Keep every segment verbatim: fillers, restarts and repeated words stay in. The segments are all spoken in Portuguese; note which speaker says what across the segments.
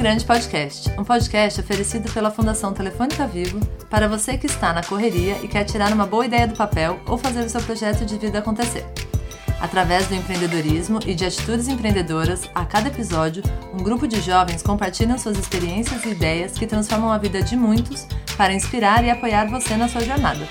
Speaker 1: Grande Podcast, um podcast oferecido pela Fundação Telefônica Vivo para você que está na correria e quer tirar uma boa ideia do papel ou fazer o seu projeto de vida acontecer. Através do empreendedorismo e de atitudes empreendedoras, a cada episódio, um grupo de jovens compartilham suas experiências e ideias que transformam a vida de muitos para inspirar e apoiar você na sua jornada.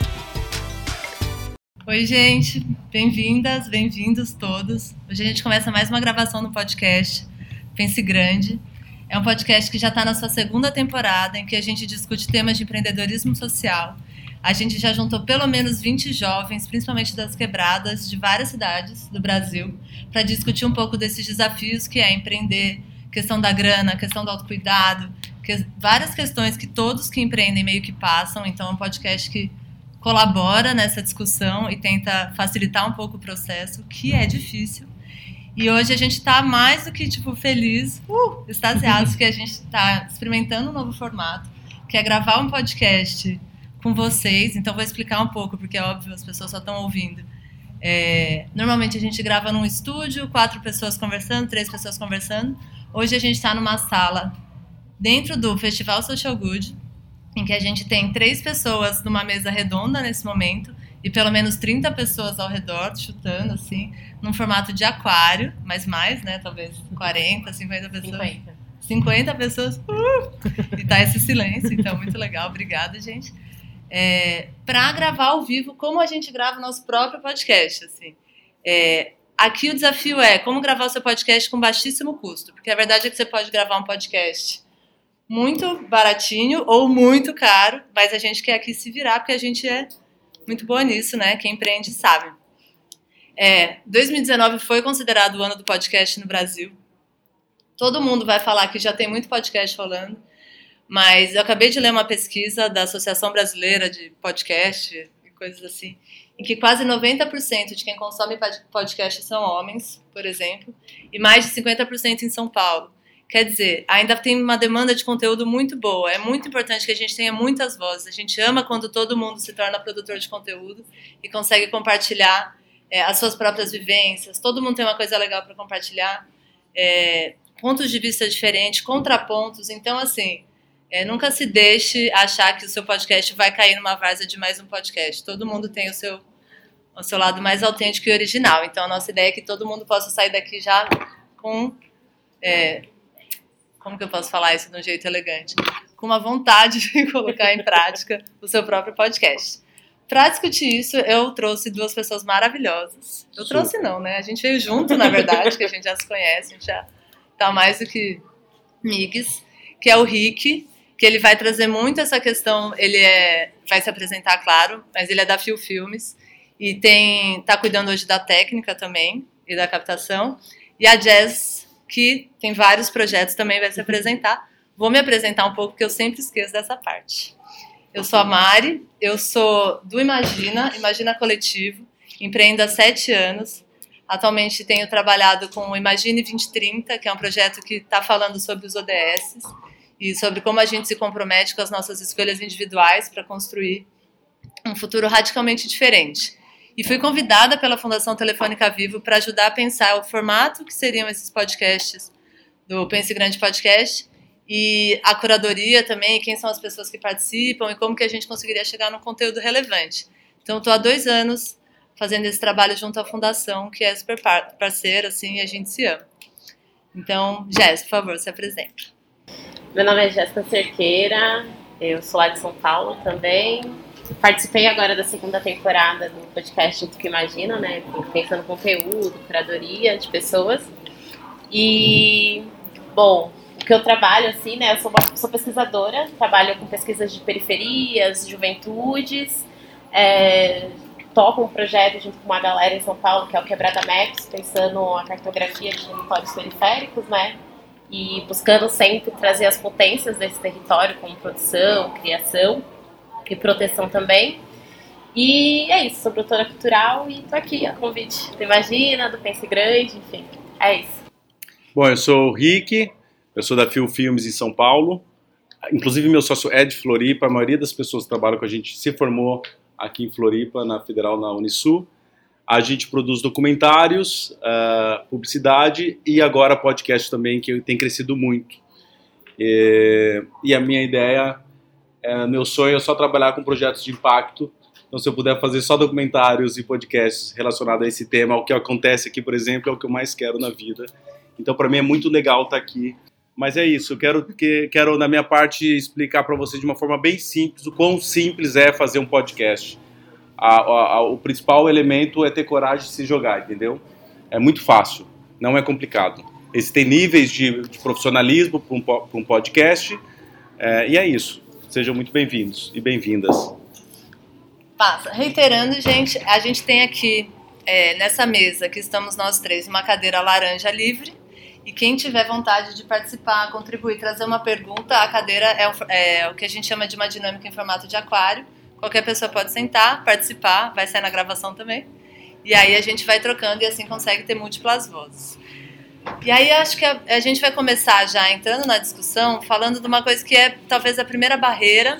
Speaker 1: Oi, gente! Bem-vindas, bem-vindos todos. Hoje a gente começa mais uma gravação no podcast Pense Grande. É um podcast que já está na sua segunda temporada, em que a gente discute temas de empreendedorismo social. A gente já juntou pelo menos vinte jovens, principalmente das quebradas, de várias cidades do Brasil, para discutir um pouco desses desafios que é empreender, questão da grana, questão do autocuidado, que, várias questões que todos que empreendem meio que passam. Então é um podcast que colabora nessa discussão e tenta facilitar um pouco o processo, que é difícil. E hoje a gente está mais do que tipo, feliz, uh, extasiados, que a gente está experimentando um novo formato, que é gravar um podcast com vocês. Então vou explicar um pouco, porque é óbvio, as pessoas só estão ouvindo. É, normalmente a gente grava num estúdio, quatro pessoas conversando, três pessoas conversando. Hoje a gente está numa sala dentro do Festival Social Good, em que a gente tem três pessoas numa mesa redonda nesse momento e pelo menos trinta pessoas ao redor, chutando, assim, num formato de aquário, mas mais, né, talvez quarenta, cinquenta pessoas.
Speaker 2: cinquenta.
Speaker 1: cinquenta pessoas, uh! E tá esse silêncio, então muito legal, obrigada, gente. É, para gravar ao vivo, como a gente grava o nosso próprio podcast, assim. É, aqui o desafio é como gravar o seu podcast com baixíssimo custo, porque a verdade é que você pode gravar um podcast muito baratinho ou muito caro, mas a gente quer aqui se virar, porque a gente é muito boa nisso, né? Quem empreende sabe. É, dois mil e dezenove foi considerado o ano do podcast no Brasil. Todo mundo vai falar que já tem muito podcast rolando, mas eu acabei de ler uma pesquisa da Associação Brasileira de Podcast e coisas assim, em que quase noventa por cento de quem consome podcast são homens, por exemplo, e mais de cinquenta por cento em São Paulo. Quer dizer, ainda tem uma demanda de conteúdo muito boa. É muito importante que a gente tenha muitas vozes. A gente ama quando todo mundo se torna produtor de conteúdo e consegue compartilhar é, as suas próprias vivências. Todo mundo tem uma coisa legal para compartilhar. É, pontos de vista diferentes, contrapontos. Então, assim, é, nunca se deixe achar que o seu podcast vai cair numa várzea de mais um podcast. Todo mundo tem o seu, o seu lado mais autêntico e original. Então, a nossa ideia é que todo mundo possa sair daqui já com... É, como que eu posso falar isso de um jeito elegante? Com uma vontade de colocar em prática o seu próprio podcast. Para discutir isso, eu trouxe duas pessoas maravilhosas. Eu Super. trouxe não, né? A gente veio junto, na verdade, que a gente já se conhece, a gente já tá mais do que migues, que é o Rick, que ele vai trazer muito essa questão, ele é, vai se apresentar, claro, mas ele é da Fio Filmes e tem, tá cuidando hoje da técnica também e da captação. E a Jazz, que tem vários projetos, também vai se apresentar. Vou me apresentar um pouco, porque eu sempre esqueço dessa parte. Eu sou a Mari, eu sou do Imagina, Imagina Coletivo, empreendo há sete anos. Atualmente tenho trabalhado com o Imagine vinte trinta, que é um projeto que está falando sobre os O D S e sobre como a gente se compromete com as nossas escolhas individuais para construir um futuro radicalmente diferente. E fui convidada pela Fundação Telefônica Vivo para ajudar a pensar o formato que seriam esses podcasts do Pense Grande Podcast e a curadoria também, quem são as pessoas que participam e como que a gente conseguiria chegar num conteúdo relevante. Então, estou há dois anos fazendo esse trabalho junto à Fundação, que é super parceira, assim, e a gente se ama. Então, Jéssica, por favor, se apresenta.
Speaker 2: Meu nome é Jéssica Cerqueira, eu sou lá de São Paulo também. Participei agora da segunda temporada do podcast Junto que Imagina, né? Pensando conteúdo, curadoria de pessoas. E, bom, o que eu trabalho, assim, né? Eu sou, uma, sou pesquisadora, trabalho com pesquisas de periferias, juventudes. É, toco um projeto junto com uma galera em São Paulo, que é o Quebrada Maps, pensando a cartografia de territórios periféricos, né? E buscando sempre trazer as potências desse território, como produção, criação e proteção também. E é isso, sou produtora cultural e tô aqui, a convite do Imagina, do Pense Grande, enfim, é isso.
Speaker 3: Bom, eu sou o Rick, eu sou da Fio Filmes em São Paulo, inclusive meu sócio é de Floripa, a maioria das pessoas que trabalham com a gente se formou aqui em Floripa, na Federal, na Unisul. A gente produz documentários, uh, publicidade e agora podcast também, que tem crescido muito. E, e a minha ideia, é, meu sonho é só trabalhar com projetos de impacto. Então, se eu puder fazer só documentários e podcasts relacionados a esse tema, o que acontece aqui, por exemplo, é o que eu mais quero na vida. Então, para mim é muito legal estar aqui. Mas é isso, eu quero, que, quero na minha parte, explicar para vocês de uma forma bem simples o quão simples é fazer um podcast. A, a, a, o principal elemento é ter coragem de se jogar, entendeu? É muito fácil, não é complicado. Existem níveis de, de profissionalismo para um, um podcast, é, e é isso. Sejam muito bem-vindos e bem-vindas.
Speaker 1: Passa. Reiterando, gente, a gente tem aqui, é, nessa mesa, que estamos nós três, uma cadeira laranja livre. E quem tiver vontade de participar, contribuir, trazer uma pergunta, a cadeira é o, é o que a gente chama de uma dinâmica em formato de aquário. Qualquer pessoa pode sentar, participar, vai sair na gravação também. E aí a gente vai trocando e assim consegue ter múltiplas vozes. E aí acho que a, a gente vai começar já entrando na discussão, falando de uma coisa que é talvez a primeira barreira,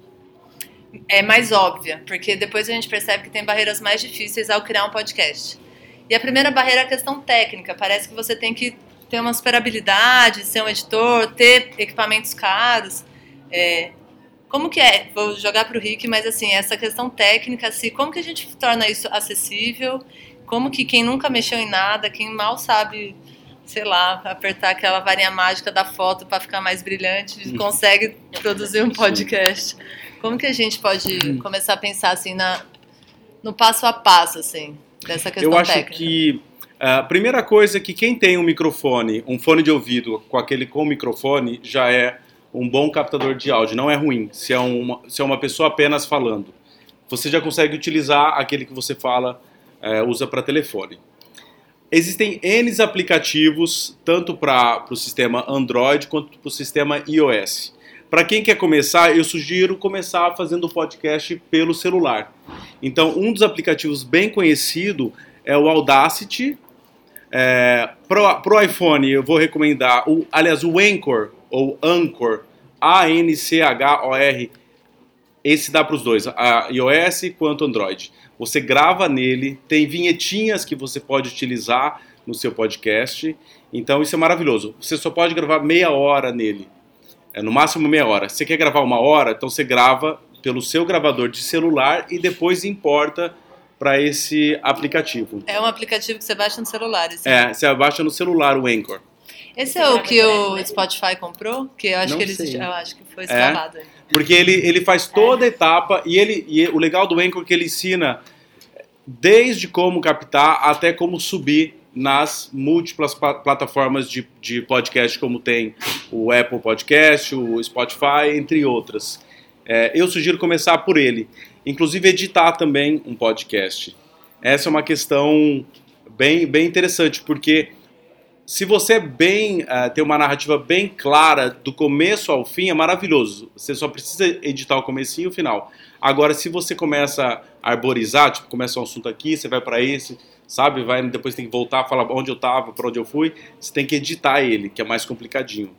Speaker 1: é mais óbvia, porque depois a gente percebe que tem barreiras mais difíceis ao criar um podcast. E a primeira barreira é a questão técnica. Parece que você tem que ter uma super habilidade, ser um editor, ter equipamentos caros. É, como que é? Vou jogar para o Rick, mas assim, essa questão técnica, assim, como que a gente torna isso acessível? Como que quem nunca mexeu em nada, quem mal sabe, sei lá, apertar aquela varinha mágica da foto para ficar mais brilhante, consegue produzir um podcast? Como que a gente pode começar a pensar assim na, no passo a passo, assim, dessa questão técnica?
Speaker 3: Eu acho
Speaker 1: técnica?
Speaker 3: que a primeira coisa é que quem tem um microfone, um fone de ouvido com aquele com microfone, já é um bom captador de áudio. Não é ruim se é uma, se é uma pessoa apenas falando. Você já consegue utilizar aquele que você fala, é, usa para telefone. Existem N aplicativos, tanto para o sistema Android quanto para o sistema iOS. Para quem quer começar, eu sugiro começar fazendo podcast pelo celular. Então, um dos aplicativos bem conhecido é o Audacity. É, para o iPhone, eu vou recomendar, o, aliás, o Anchor, ou Anchor, A N C H O R, esse dá para os dois, a iOS quanto Android. Você grava nele, tem vinhetinhas que você pode utilizar no seu podcast, então isso é maravilhoso. Você só pode gravar meia hora nele, é, no máximo meia hora. Se você quer gravar uma hora, então você grava pelo seu gravador de celular e depois importa para esse aplicativo.
Speaker 1: É um aplicativo que você baixa no celular. Assim.
Speaker 3: É, você baixa no celular o Anchor.
Speaker 1: Esse é o que o Spotify comprou? Que eu acho
Speaker 3: Não
Speaker 1: que ele
Speaker 3: sei.
Speaker 1: eu acho que foi escalado.
Speaker 3: É, porque ele, ele faz toda a etapa e, ele, e o legal do Anchor é que ele ensina desde como captar até como subir nas múltiplas plataformas de, de podcast, como tem o Apple Podcast, o Spotify, entre outras. É, eu sugiro começar por ele. Inclusive editar também um podcast. Essa é uma questão bem, bem interessante, porque se você é bem, uh, tem uma narrativa bem clara do começo ao fim, é maravilhoso. Você só precisa editar o comecinho e o final. Agora, se você começa a arborizar, tipo, começa um assunto aqui, você vai para esse, sabe? Vai, depois tem que voltar, falar onde eu estava, para onde eu fui. Você tem que editar ele, que é mais complicadinho.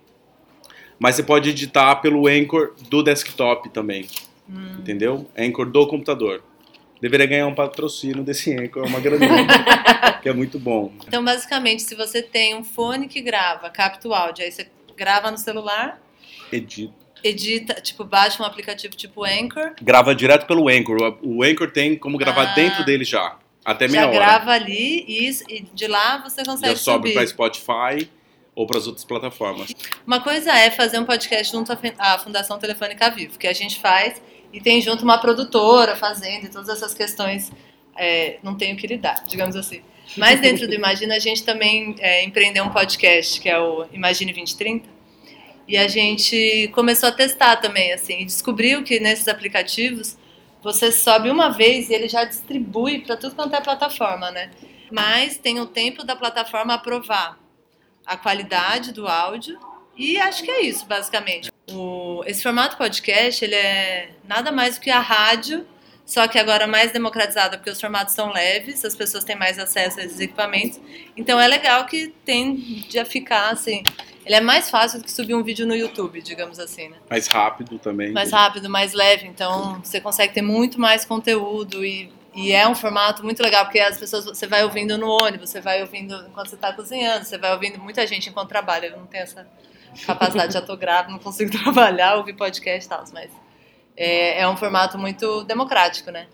Speaker 3: Mas você pode editar pelo Anchor do desktop também. Hum. Entendeu? Anchor do computador. Deveria ganhar um patrocínio desse Anchor, é uma grande que é muito bom.
Speaker 1: Então, basicamente, se você tem um fone que grava, capta o áudio, aí você grava no celular,
Speaker 3: edita,
Speaker 1: edita, tipo, baixa um aplicativo tipo Anchor.
Speaker 3: Grava direto pelo Anchor. O Anchor tem como gravar ah, dentro dele já, até meia hora.
Speaker 1: Já grava ali e, e de lá você consegue
Speaker 3: já sobe
Speaker 1: subir.
Speaker 3: para Spotify ou para as outras plataformas.
Speaker 1: Uma coisa é fazer um podcast junto à Fundação Telefônica Vivo, que a gente faz. E tem junto uma produtora fazendo e todas essas questões, é, não tenho que lidar, digamos assim. Mas dentro do Imagina, a gente também é, empreendeu um podcast, que é o Imagine vinte trinta, e a gente começou a testar também, assim, e descobriu que nesses aplicativos, você sobe uma vez e ele já distribui para tudo quanto é plataforma, né? Mas tem o tempo da plataforma aprovar a qualidade do áudio, e acho que é isso, basicamente. O, esse formato podcast, ele é nada mais do que a rádio, só que agora mais democratizada, porque os formatos são leves, as pessoas têm mais acesso a esses equipamentos. Então é legal que tende a ficar assim... Ele é mais fácil do que subir um vídeo no YouTube, digamos assim, né?
Speaker 3: Mais rápido também.
Speaker 1: Mais rápido, mais leve. Então você consegue ter muito mais conteúdo e, e é um formato muito legal, porque as pessoas, você vai ouvindo no ônibus, você vai ouvindo enquanto você está cozinhando, você vai ouvindo muita gente enquanto trabalha. Eu não tenho essa capacidade, já tô grávida, não consigo trabalhar, ouvir podcast e tal, mas é, é um formato muito democrático, né?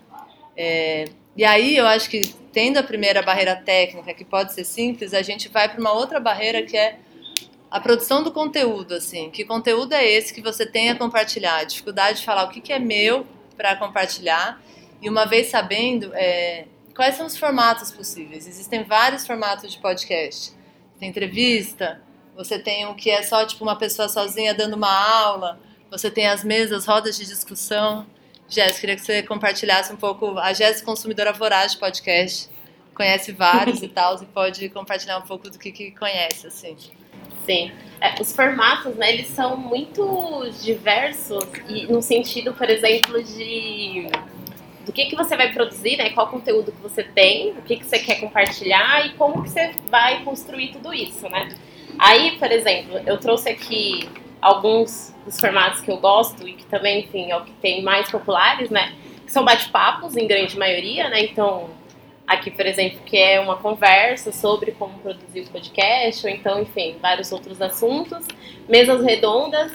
Speaker 1: É, e aí eu acho que, tendo a primeira barreira técnica, que pode ser simples, a gente vai para uma outra barreira que é a produção do conteúdo, assim. Que conteúdo é esse que você tem a compartilhar? A dificuldade de falar o que, que é meu para compartilhar. E uma vez sabendo, é, quais são os formatos possíveis? Existem vários formatos de podcast. Tem entrevista, você tem o que é só tipo uma pessoa sozinha dando uma aula, você tem as mesas, rodas de discussão. Jéssica, queria que você compartilhasse um pouco. A Jéssica, consumidora voraz de podcast, conhece vários e tal, e pode compartilhar um pouco do que, que conhece, assim.
Speaker 2: Sim. É, os formatos, né, eles são muito diversos e no sentido, por exemplo, de do que, que você vai produzir, né, qual conteúdo que você tem, o que, que você quer compartilhar e como que você vai construir tudo isso, né. Aí, por exemplo, eu trouxe aqui alguns dos formatos que eu gosto e que também, enfim, é o que tem mais populares, né, que são bate-papos, em grande maioria, né, então... Aqui, por exemplo, que é uma conversa sobre como produzir o podcast, ou então, enfim, vários outros assuntos. Mesas redondas,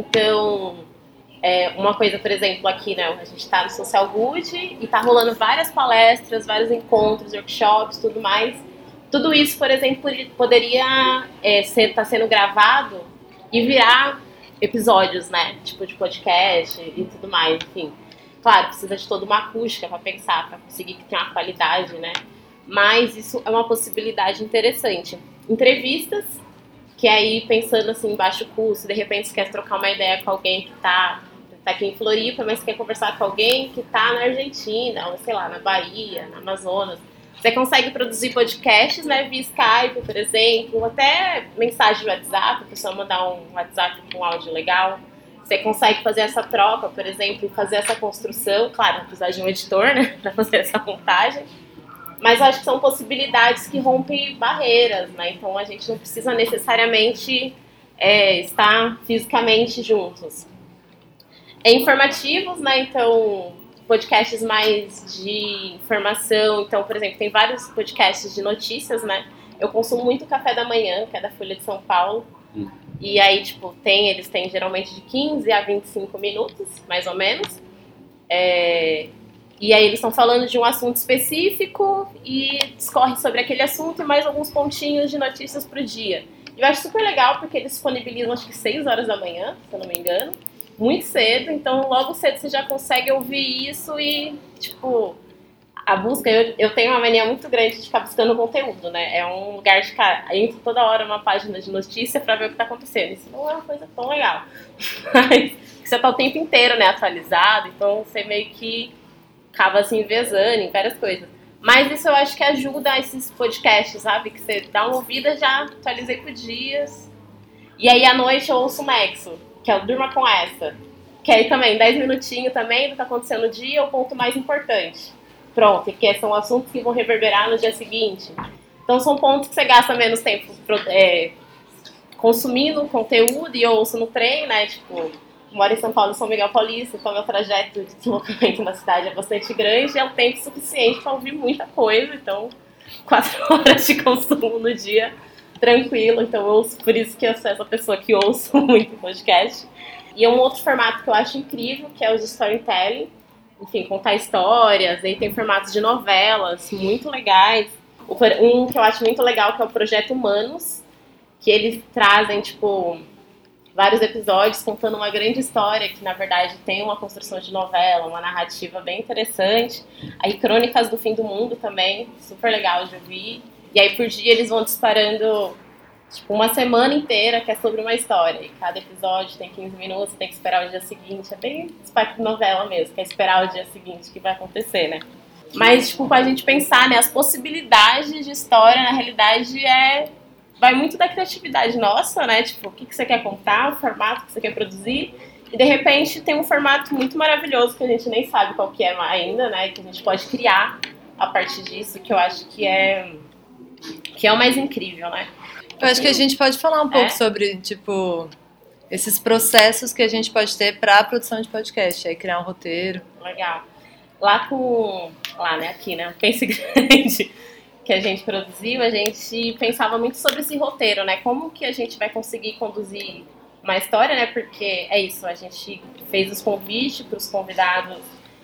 Speaker 2: então, é, uma coisa, por exemplo, aqui, né, a gente está no Social Good e está rolando várias palestras, vários encontros, workshops, tudo mais. Tudo isso, por exemplo, poderia é, ser, tá sendo gravado e virar episódios, né, tipo de podcast e tudo mais, enfim. Claro, precisa de toda uma acústica para pensar, para conseguir que tenha uma qualidade, né? Mas isso é uma possibilidade interessante. Entrevistas, que aí pensando assim, em baixo custo, de repente você quer trocar uma ideia com alguém que está tá aqui em Floripa, mas quer conversar com alguém que está na Argentina, ou sei lá, na Bahia, na Amazonas. Você consegue produzir podcasts, né, via Skype, por exemplo, até mensagem no WhatsApp, a pessoa mandar um WhatsApp com um áudio legal. Você consegue fazer essa troca, por exemplo, e fazer essa construção. Claro, precisa de um editor, né, para fazer essa montagem. Mas eu acho que são possibilidades que rompem barreiras, né? Então a gente não precisa necessariamente é, estar fisicamente juntos. É informativos, né? Então, podcasts mais de informação. Então, por exemplo, tem vários podcasts de notícias, né? Eu consumo muito Café da Manhã, que é da Folha de São Paulo. Hum. E aí, tipo, tem, eles têm geralmente de quinze a vinte e cinco minutos, mais ou menos. É, e aí eles estão falando de um assunto específico e discorre sobre aquele assunto e mais alguns pontinhos de notícias pro dia. E eu acho super legal porque eles disponibilizam, acho que seis horas da manhã, se eu não me engano. Muito cedo, então logo cedo você já consegue ouvir isso e, tipo... A busca, eu, eu tenho uma mania muito grande de ficar buscando conteúdo, né? É um lugar de ficar, entro toda hora numa página de notícia pra ver o que tá acontecendo. Isso não é uma coisa tão legal. Mas você tá o tempo inteiro, né, atualizado, então você meio que acaba se envezando em várias coisas. Mas isso eu acho que ajuda esses podcasts, sabe? Que você dá uma ouvida, já atualizei por dias. E aí à noite eu ouço o Nexo, que é o Durma Com Essa. Que aí também, dez minutinhos também do que tá acontecendo no dia, é o ponto mais importante. Pronto, que são assuntos que vão reverberar no dia seguinte. Então são pontos que você gasta menos tempo é, consumindo conteúdo e eu ouço no trem, né? Tipo, moro em São Paulo, São Miguel Paulista, então meu trajeto de deslocamento na cidade é bastante grande e é um tempo suficiente para ouvir muita coisa. Então, quatro horas de consumo no dia, tranquilo. Então eu ouço, por isso que eu sou essa pessoa que ouço muito podcast. E é um outro formato que eu acho incrível, que é o de storytelling. Enfim, contar histórias, aí tem formatos de novelas muito legais. Um que eu acho muito legal, que é o Projeto Humanos, que eles trazem, tipo, vários episódios contando uma grande história, que na verdade tem uma construção de novela, uma narrativa bem interessante. Aí Crônicas do Fim do Mundo também, super legal de ouvir. E aí por dia eles vão disparando, tipo, uma semana inteira que é sobre uma história. E cada episódio tem quinze minutos, tem que esperar o dia seguinte. É bem spike novela mesmo, que é esperar o dia seguinte que vai acontecer, né? Mas, tipo, pra gente pensar, né, as possibilidades de história, na realidade, é... vai muito da criatividade nossa, né? Tipo, o que, que você quer contar, o formato que você quer produzir. E, de repente, tem um formato muito maravilhoso que a gente nem sabe qual que é ainda, né? Que a gente pode criar a partir disso, que eu acho que é, que é o mais incrível, né?
Speaker 1: Eu acho que a gente pode falar um pouco
Speaker 2: é?
Speaker 1: sobre, tipo, esses processos que a gente pode ter para a produção de podcast, aí criar um roteiro.
Speaker 2: Legal. Lá com... Lá, né? Aqui, né? Pense Grande, que a gente produziu, a gente pensava muito sobre esse roteiro, né? Como que a gente vai conseguir conduzir uma história, né? Porque é isso, a gente fez os convites para os convidados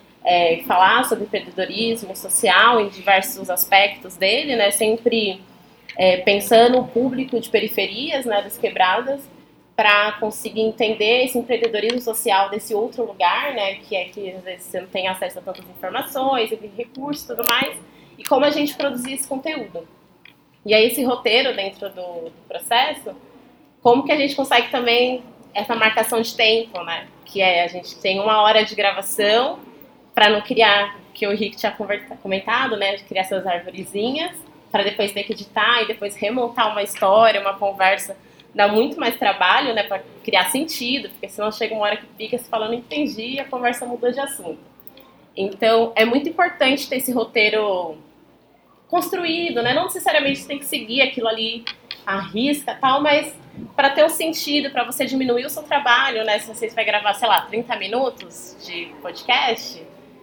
Speaker 2: é, falar sobre empreendedorismo social em diversos aspectos dele, né? Sempre é, pensando no público de periferias, né, das quebradas, para conseguir entender esse empreendedorismo social desse outro lugar, né? Que é que às vezes você não tem acesso a tantas informações, recursos e tudo mais. E como a gente produzir esse conteúdo. E aí esse roteiro dentro do, do processo, como que a gente consegue também essa marcação de tempo, né? Que é, a gente tem uma hora de gravação para não criar, que o Rick tinha comentado, né? De criar essas arvorezinhas, para depois ter que editar e depois remontar uma história, uma conversa. Dá muito mais trabalho, né? Para criar sentido, porque senão chega uma hora que fica se falando, entendi, e a conversa mudou de assunto. Então, é muito importante ter esse roteiro construído, né? Não necessariamente você tem que seguir aquilo ali à risca e tal, mas para ter um sentido, para você diminuir o seu trabalho, né? Se você vai gravar, sei lá, trinta minutos de podcast,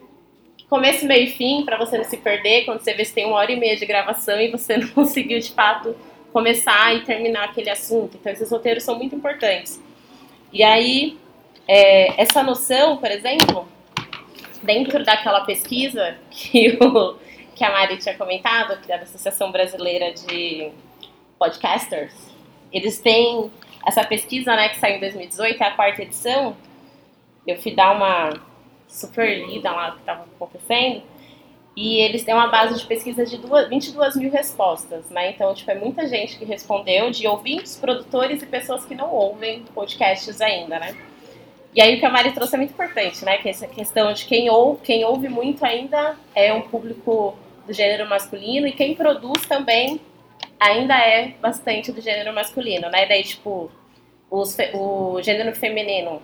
Speaker 2: começo, meio e fim, para você não se perder, quando você vê se tem uma hora e meia de gravação e você não conseguiu, de fato, começar e terminar aquele assunto. Então, esses roteiros são muito importantes. E aí, é, essa noção, por exemplo, dentro daquela pesquisa que, o, que a Mari tinha comentado, que é da Associação Brasileira de Podcasters, eles têm essa pesquisa, né, que saiu em dois mil e dezoito, é a quarta edição. Eu fui dar uma super lida lá do que estava acontecendo, e eles têm uma base de pesquisa de vinte e duas mil respostas, né? Então, tipo, é muita gente que respondeu, de ouvintes, produtores e pessoas que não ouvem podcasts ainda, né? E aí o que a Mari trouxe é muito importante, né? Que essa questão de quem ouve, quem ouve muito ainda é um público do gênero masculino, e quem produz também ainda é bastante do gênero masculino, né? Daí, tipo, os, o gênero feminino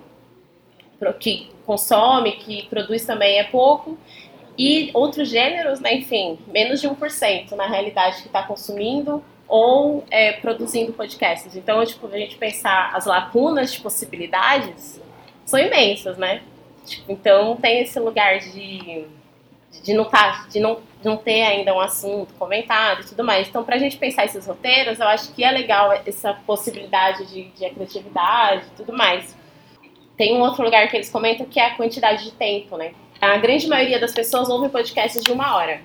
Speaker 2: que consome, que produz também é pouco, e outros gêneros, né? Enfim, menos de um por cento na realidade que está consumindo ou é, produzindo podcasts. Então, tipo, a gente pensar as lacunas de possibilidades são imensas, né? Então tem esse lugar de, de, não, tá, de, não, de não ter ainda um assunto comentado e tudo mais. Então, pra gente pensar esses roteiros, eu acho que é legal essa possibilidade de, de criatividade e tudo mais. Tem um outro lugar que eles comentam que é a quantidade de tempo, né? A grande maioria das pessoas ouve podcasts de uma hora.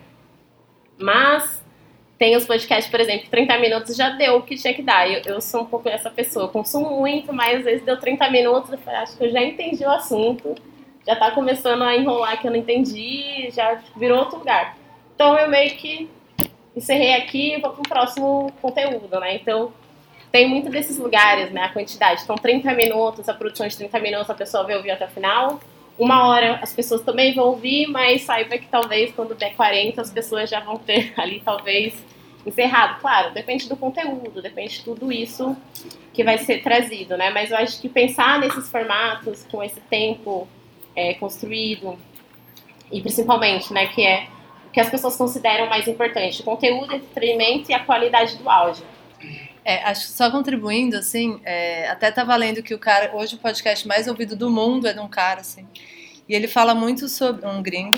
Speaker 2: Mas tem os podcasts, por exemplo, trinta minutos já deu o que tinha que dar. Eu, eu sou um pouco essa pessoa, eu consumo muito, mas às vezes deu trinta minutos, eu falei, acho que eu já entendi o assunto, já tá começando a enrolar que eu não entendi, já virou outro lugar. Então eu meio que encerrei aqui e vou pro próximo conteúdo, né? Então tem muito desses lugares, né? A quantidade. Então trinta minutos, a produção de trinta minutos, a pessoa vai ouvir até o final. Uma hora as pessoas também vão ouvir, mas saiba que talvez quando der quarenta as pessoas já vão ter ali talvez encerrado. Claro, depende do conteúdo, depende de tudo isso que vai ser trazido, né? Mas eu acho que pensar nesses formatos com esse tempo é, construído e principalmente, né, que é o que as pessoas consideram mais importante, o conteúdo, o entretenimento e a qualidade do áudio.
Speaker 1: É, acho que só contribuindo, assim, é, até tá valendo que o cara, hoje o podcast mais ouvido do mundo é de um cara, assim, e ele fala muito sobre, um gringo,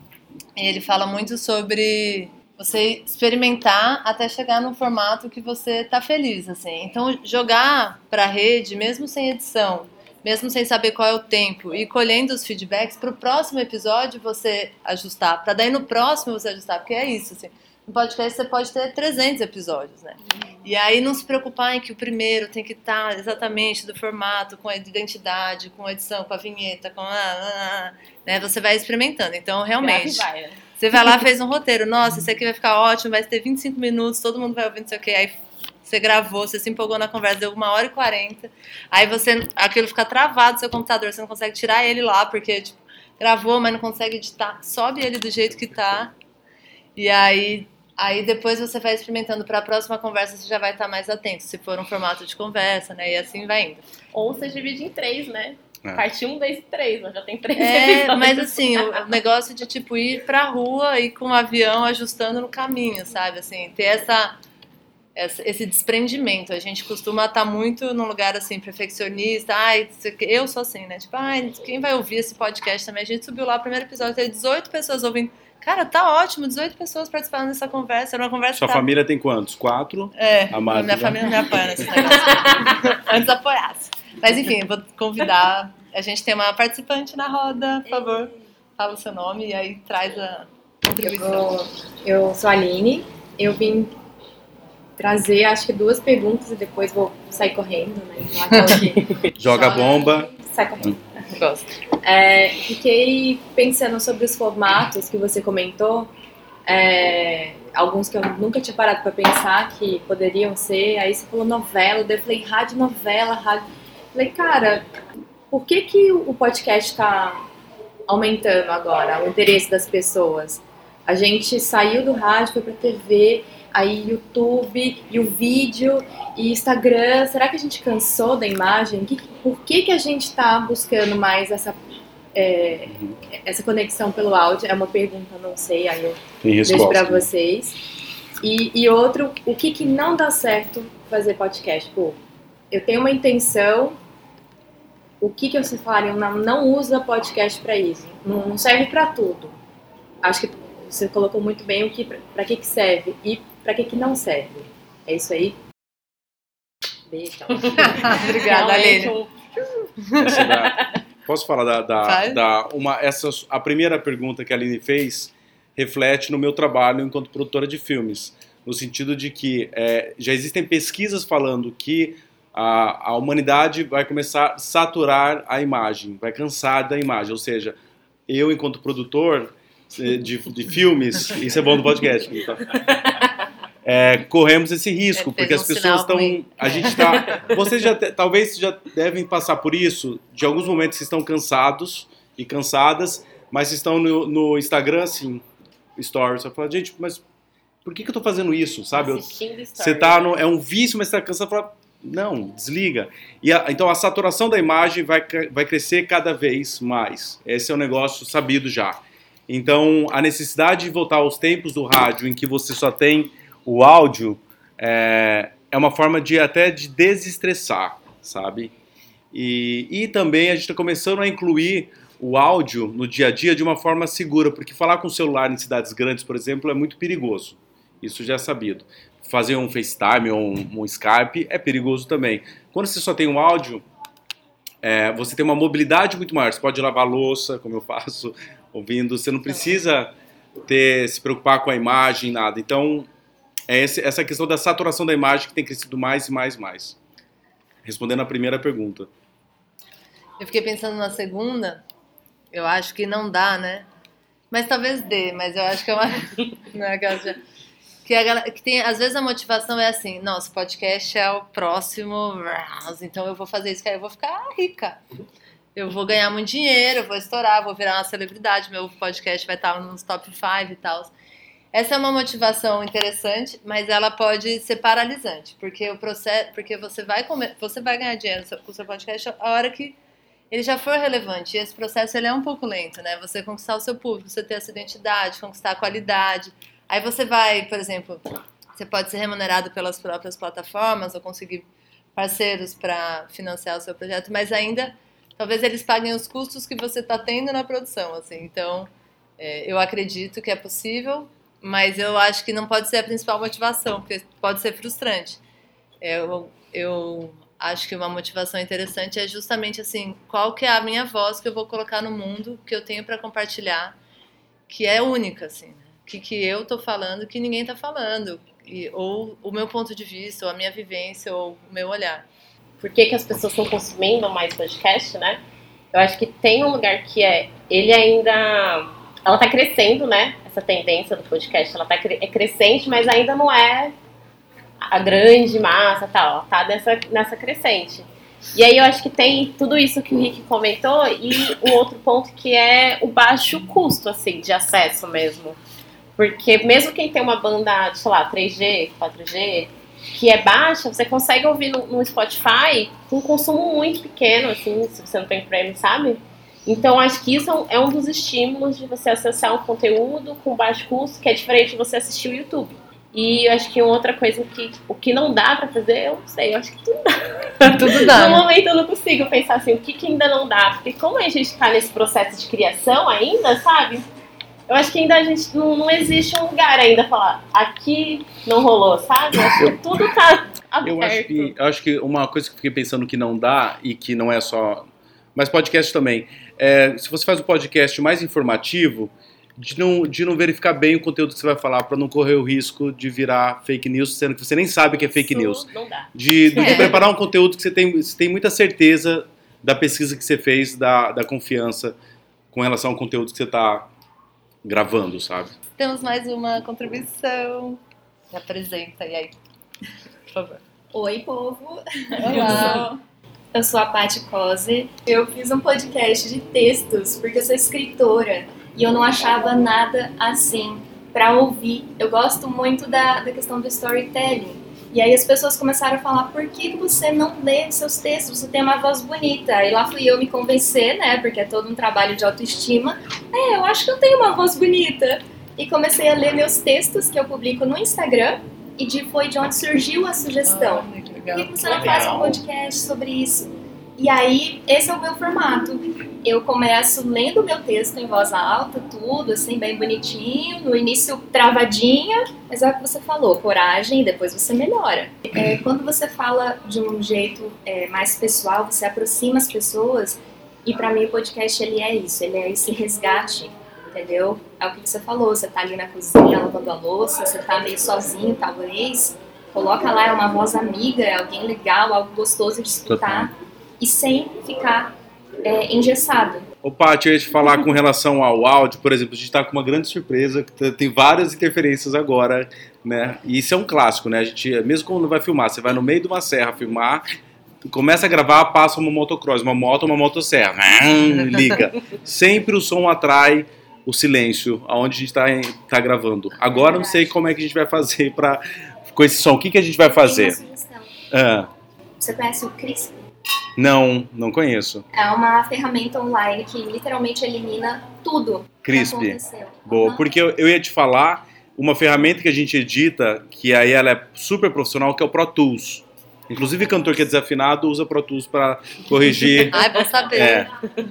Speaker 1: e ele fala muito sobre você experimentar até chegar num formato que você tá feliz, assim. Então, jogar pra rede, mesmo sem edição, mesmo sem saber qual é o tempo, e colhendo os feedbacks, pro próximo episódio você ajustar, pra daí no próximo você ajustar, porque é isso, assim. No podcast você pode ter trezentos episódios, né? E aí não se preocupar em que o primeiro tem que estar exatamente do formato, com a identidade, com a edição, com a vinheta, com a... a né? Você vai experimentando. Então, realmente,
Speaker 2: Vai, né?
Speaker 1: você vai lá, fez um roteiro. Nossa, isso aqui vai ficar ótimo, vai ter vinte e cinco minutos, todo mundo vai ouvir não sei o quê. Aí você gravou, você se empolgou na conversa, deu uma hora e quarenta. Aí você, aquilo fica travado no seu computador, você não consegue tirar ele lá, porque, tipo, gravou, mas não consegue editar. Sobe ele do jeito que tá. E aí... Aí depois você vai experimentando para a próxima conversa, você já vai estar mais atento, se for um formato de conversa, né? E assim vai indo.
Speaker 2: Ou você divide em três, né? É. Parte um, dois e três, já tem três
Speaker 1: é,
Speaker 2: episódios.
Speaker 1: Mas assim, o negócio de tipo ir pra rua e com o avião ajustando no caminho, sabe? Assim, ter essa esse desprendimento. A gente costuma estar muito num lugar assim, perfeccionista. Ai, eu sou assim, né? Tipo, ai, quem vai ouvir esse podcast também? A gente subiu lá, o primeiro episódio, teve dezoito pessoas ouvindo. Cara, tá ótimo, dezoito pessoas participando dessa conversa. Era uma conversa.
Speaker 3: Sua
Speaker 1: tá...
Speaker 3: família tem quantos? Quatro?
Speaker 1: É,
Speaker 3: a Marta,
Speaker 1: minha
Speaker 3: já...
Speaker 1: família não me apoia nesse negócio. Antes apoiasse. Mas enfim, eu vou convidar. A gente tem uma participante na roda, por favor. Fala o seu nome e aí traz a contribuição.
Speaker 4: Eu, eu sou a Aline, eu vim trazer, acho que duas perguntas e depois vou sair correndo, né? Então, aquela que
Speaker 3: joga a bomba.
Speaker 4: Sai correndo.
Speaker 1: Gosto.
Speaker 4: É, fiquei pensando sobre os formatos que você comentou, é, alguns que eu nunca tinha parado para pensar que poderiam ser. Aí você falou novela, daí eu falei rádio novela, rádio. Falei, cara, por que que o podcast está aumentando agora, o interesse das pessoas? A gente saiu do rádio, foi para T V, aí YouTube, e o vídeo, e Instagram. Será que a gente cansou da imagem? Que, por que que a gente está buscando mais essa, é, uhum. essa conexão pelo áudio? É uma pergunta, não sei, aí eu deixo para vocês. E, e outro, o que que não dá certo fazer podcast? Pô, eu tenho uma intenção, o que que você falaria? Não, não usa podcast para isso, não, não serve para tudo. Acho que você colocou muito bem o que, para que que serve e para que que não serve. É isso aí? Beijo.
Speaker 1: Obrigada, Aline.
Speaker 3: Posso falar da, da, da uma, essa, a primeira pergunta que a Aline fez reflete no meu trabalho enquanto produtora de filmes, no sentido de que é, já existem pesquisas falando que a, a humanidade vai começar a saturar a imagem, vai cansar da imagem, ou seja, eu enquanto produtor de, de filmes, isso é bom do podcast, então, é, corremos esse risco, porque as pessoas estão, a gente tá, vocês já talvez já devem passar por isso, de alguns momentos vocês estão cansados e cansadas, mas estão no, no Instagram assim, stories, você fala, gente, mas por que que eu tô fazendo isso, sabe?
Speaker 2: Assistindo
Speaker 3: você tá no, é um vício, mas você tá cansado, fala, não, desliga. E a, então a saturação da imagem vai, vai crescer cada vez mais. Esse é um negócio sabido já. Então a necessidade de voltar aos tempos do rádio, em que você só tem o áudio, é, é uma forma de até de desestressar, sabe? E, e também a gente está começando a incluir o áudio no dia a dia de uma forma segura, porque falar com o celular em cidades grandes, por exemplo, é muito perigoso. Isso já é sabido. Fazer um FaceTime ou um, um Skype é perigoso também. Quando você só tem um áudio, é, você tem uma mobilidade muito maior. Você pode lavar louça, como eu faço, ouvindo. Você não precisa ter, se preocupar com a imagem, nada. Então, é esse, essa questão da saturação da imagem que tem crescido mais e mais e mais. Respondendo a primeira pergunta.
Speaker 1: Eu fiquei pensando na segunda. Eu acho que não dá, né? Mas talvez dê, mas eu acho que é uma... não é aquela... Que, a galera, que tem, às vezes a motivação é assim, nossa, podcast é o próximo, então eu vou fazer isso, que aí eu vou ficar rica. Eu vou ganhar muito dinheiro, eu vou estourar, vou virar uma celebridade, meu podcast vai estar nos top cinco e tal. Essa é uma motivação interessante, mas ela pode ser paralisante, porque o processo, porque você vai comer, você vai ganhar dinheiro com o seu podcast a hora que ele já for relevante. E esse processo ele é um pouco lento, né? Você conquistar o seu público, você ter essa identidade, conquistar a qualidade. Aí você vai, por exemplo, você pode ser remunerado pelas próprias plataformas ou conseguir parceiros para financiar o seu projeto, mas ainda talvez eles paguem os custos que você está tendo na produção, assim. Então, é, eu acredito que é possível, mas eu acho que não pode ser a principal motivação, porque pode ser frustrante. Eu, eu acho que uma motivação interessante é justamente assim, qual que é a minha voz que eu vou colocar no mundo, que eu tenho para compartilhar, que é única, assim. Que, que eu tô falando que ninguém tá falando, e, ou o meu ponto de vista, ou a minha vivência, ou o meu olhar.
Speaker 2: Por que que as pessoas estão consumindo mais podcast, né? Eu acho que tem um lugar que é, ele ainda, ela tá crescendo, né? Essa tendência do podcast, ela tá é crescente, mas ainda não é a grande massa, tal, ela tá nessa, nessa crescente. E aí eu acho que tem tudo isso que o Rick comentou e o outro ponto que é o baixo custo, assim, de acesso mesmo. Porque mesmo quem tem uma banda, sei lá, três G, quatro G, que é baixa, você consegue ouvir no, no Spotify com um consumo muito pequeno, assim, se você não tem prêmio, sabe? Então, acho que isso é um dos estímulos de você acessar um conteúdo com baixo custo, que é diferente de você assistir o YouTube. E eu acho que outra coisa que o que não dá pra fazer, eu não sei, eu acho que tudo dá.
Speaker 1: Tudo dá.
Speaker 2: No
Speaker 1: né?
Speaker 2: momento eu não consigo pensar assim, o que, que ainda não dá. Porque como a gente tá nesse processo de criação ainda, sabe? Eu acho que ainda a gente não, não existe um lugar ainda falar, aqui não rolou, sabe? Eu acho que tudo tá aberto.
Speaker 3: Eu acho que, eu acho que uma coisa que eu fiquei pensando que não dá, e que não é só... Mas podcast também. É, se você faz um podcast mais informativo, de não, de não verificar bem o conteúdo que você vai falar, para não correr o risco de virar fake news, sendo que você nem sabe que é fake
Speaker 2: Isso
Speaker 3: news.
Speaker 2: não dá.
Speaker 3: De, de
Speaker 1: É.
Speaker 3: preparar um conteúdo que você tem, você tem muita certeza da pesquisa que você fez, da, da confiança com relação ao conteúdo que você está gravando, sabe?
Speaker 1: Temos mais uma contribuição. Me apresenta, e aí? Por favor.
Speaker 5: Oi, povo!
Speaker 1: Olá.
Speaker 5: Eu sou, eu sou a Paty Cose. Eu fiz um podcast de textos, porque eu sou escritora e eu não achava nada assim para ouvir. Eu gosto muito da, da questão do storytelling. E aí as pessoas começaram a falar, por que você não lê seus textos? Você tem uma voz bonita. E lá fui eu me convencer, né? Porque é todo um trabalho de autoestima. É, eu acho que eu tenho uma voz bonita. E comecei a ler meus textos que eu publico no Instagram. E de, foi de onde surgiu a sugestão.
Speaker 1: Ai, que
Speaker 5: Por
Speaker 1: legal.
Speaker 5: que você não faz um podcast sobre isso? E aí, esse é o meu formato. Eu começo lendo o meu texto em voz alta, tudo assim, bem bonitinho. No início, travadinha, mas é o que você falou, coragem, e depois você melhora. É, quando você fala de um jeito é, mais pessoal, você aproxima as pessoas. E pra mim, o podcast, ele é isso, ele é esse resgate. Entendeu? É o que você falou, você tá ali na cozinha lavando a louça, você tá meio sozinho, talvez. Coloca lá, é uma voz amiga, é alguém legal, algo gostoso de escutar. E sem ficar é, engessado.
Speaker 3: Ô, Paty, eu ia te falar com relação ao áudio, por exemplo, a gente tá com uma grande surpresa, que tem várias interferências agora, né? E isso é um clássico, né? A gente, mesmo quando vai filmar, você vai no meio de uma serra filmar, começa a gravar, passa uma motocross, uma moto, uma motosserra, liga. Sempre o som atrai o silêncio, aonde a gente tá, tá gravando. Agora eu não sei como é que a gente vai fazer pra, com esse som. O que, que a gente vai fazer?
Speaker 5: Tem uma sugestão.
Speaker 3: Ah,
Speaker 5: Você conhece o Crisp?
Speaker 3: não, não conheço.
Speaker 5: É uma ferramenta online que literalmente elimina tudo
Speaker 3: Crisp.
Speaker 5: que aconteceu.
Speaker 3: Boa,
Speaker 5: Uhum.
Speaker 3: porque eu, eu ia te falar uma ferramenta que a gente edita, que aí ela é super profissional, que é o Pro Tools. Inclusive, cantor que é desafinado usa Pro Tools para corrigir.
Speaker 1: Ai, bom saber.
Speaker 3: É,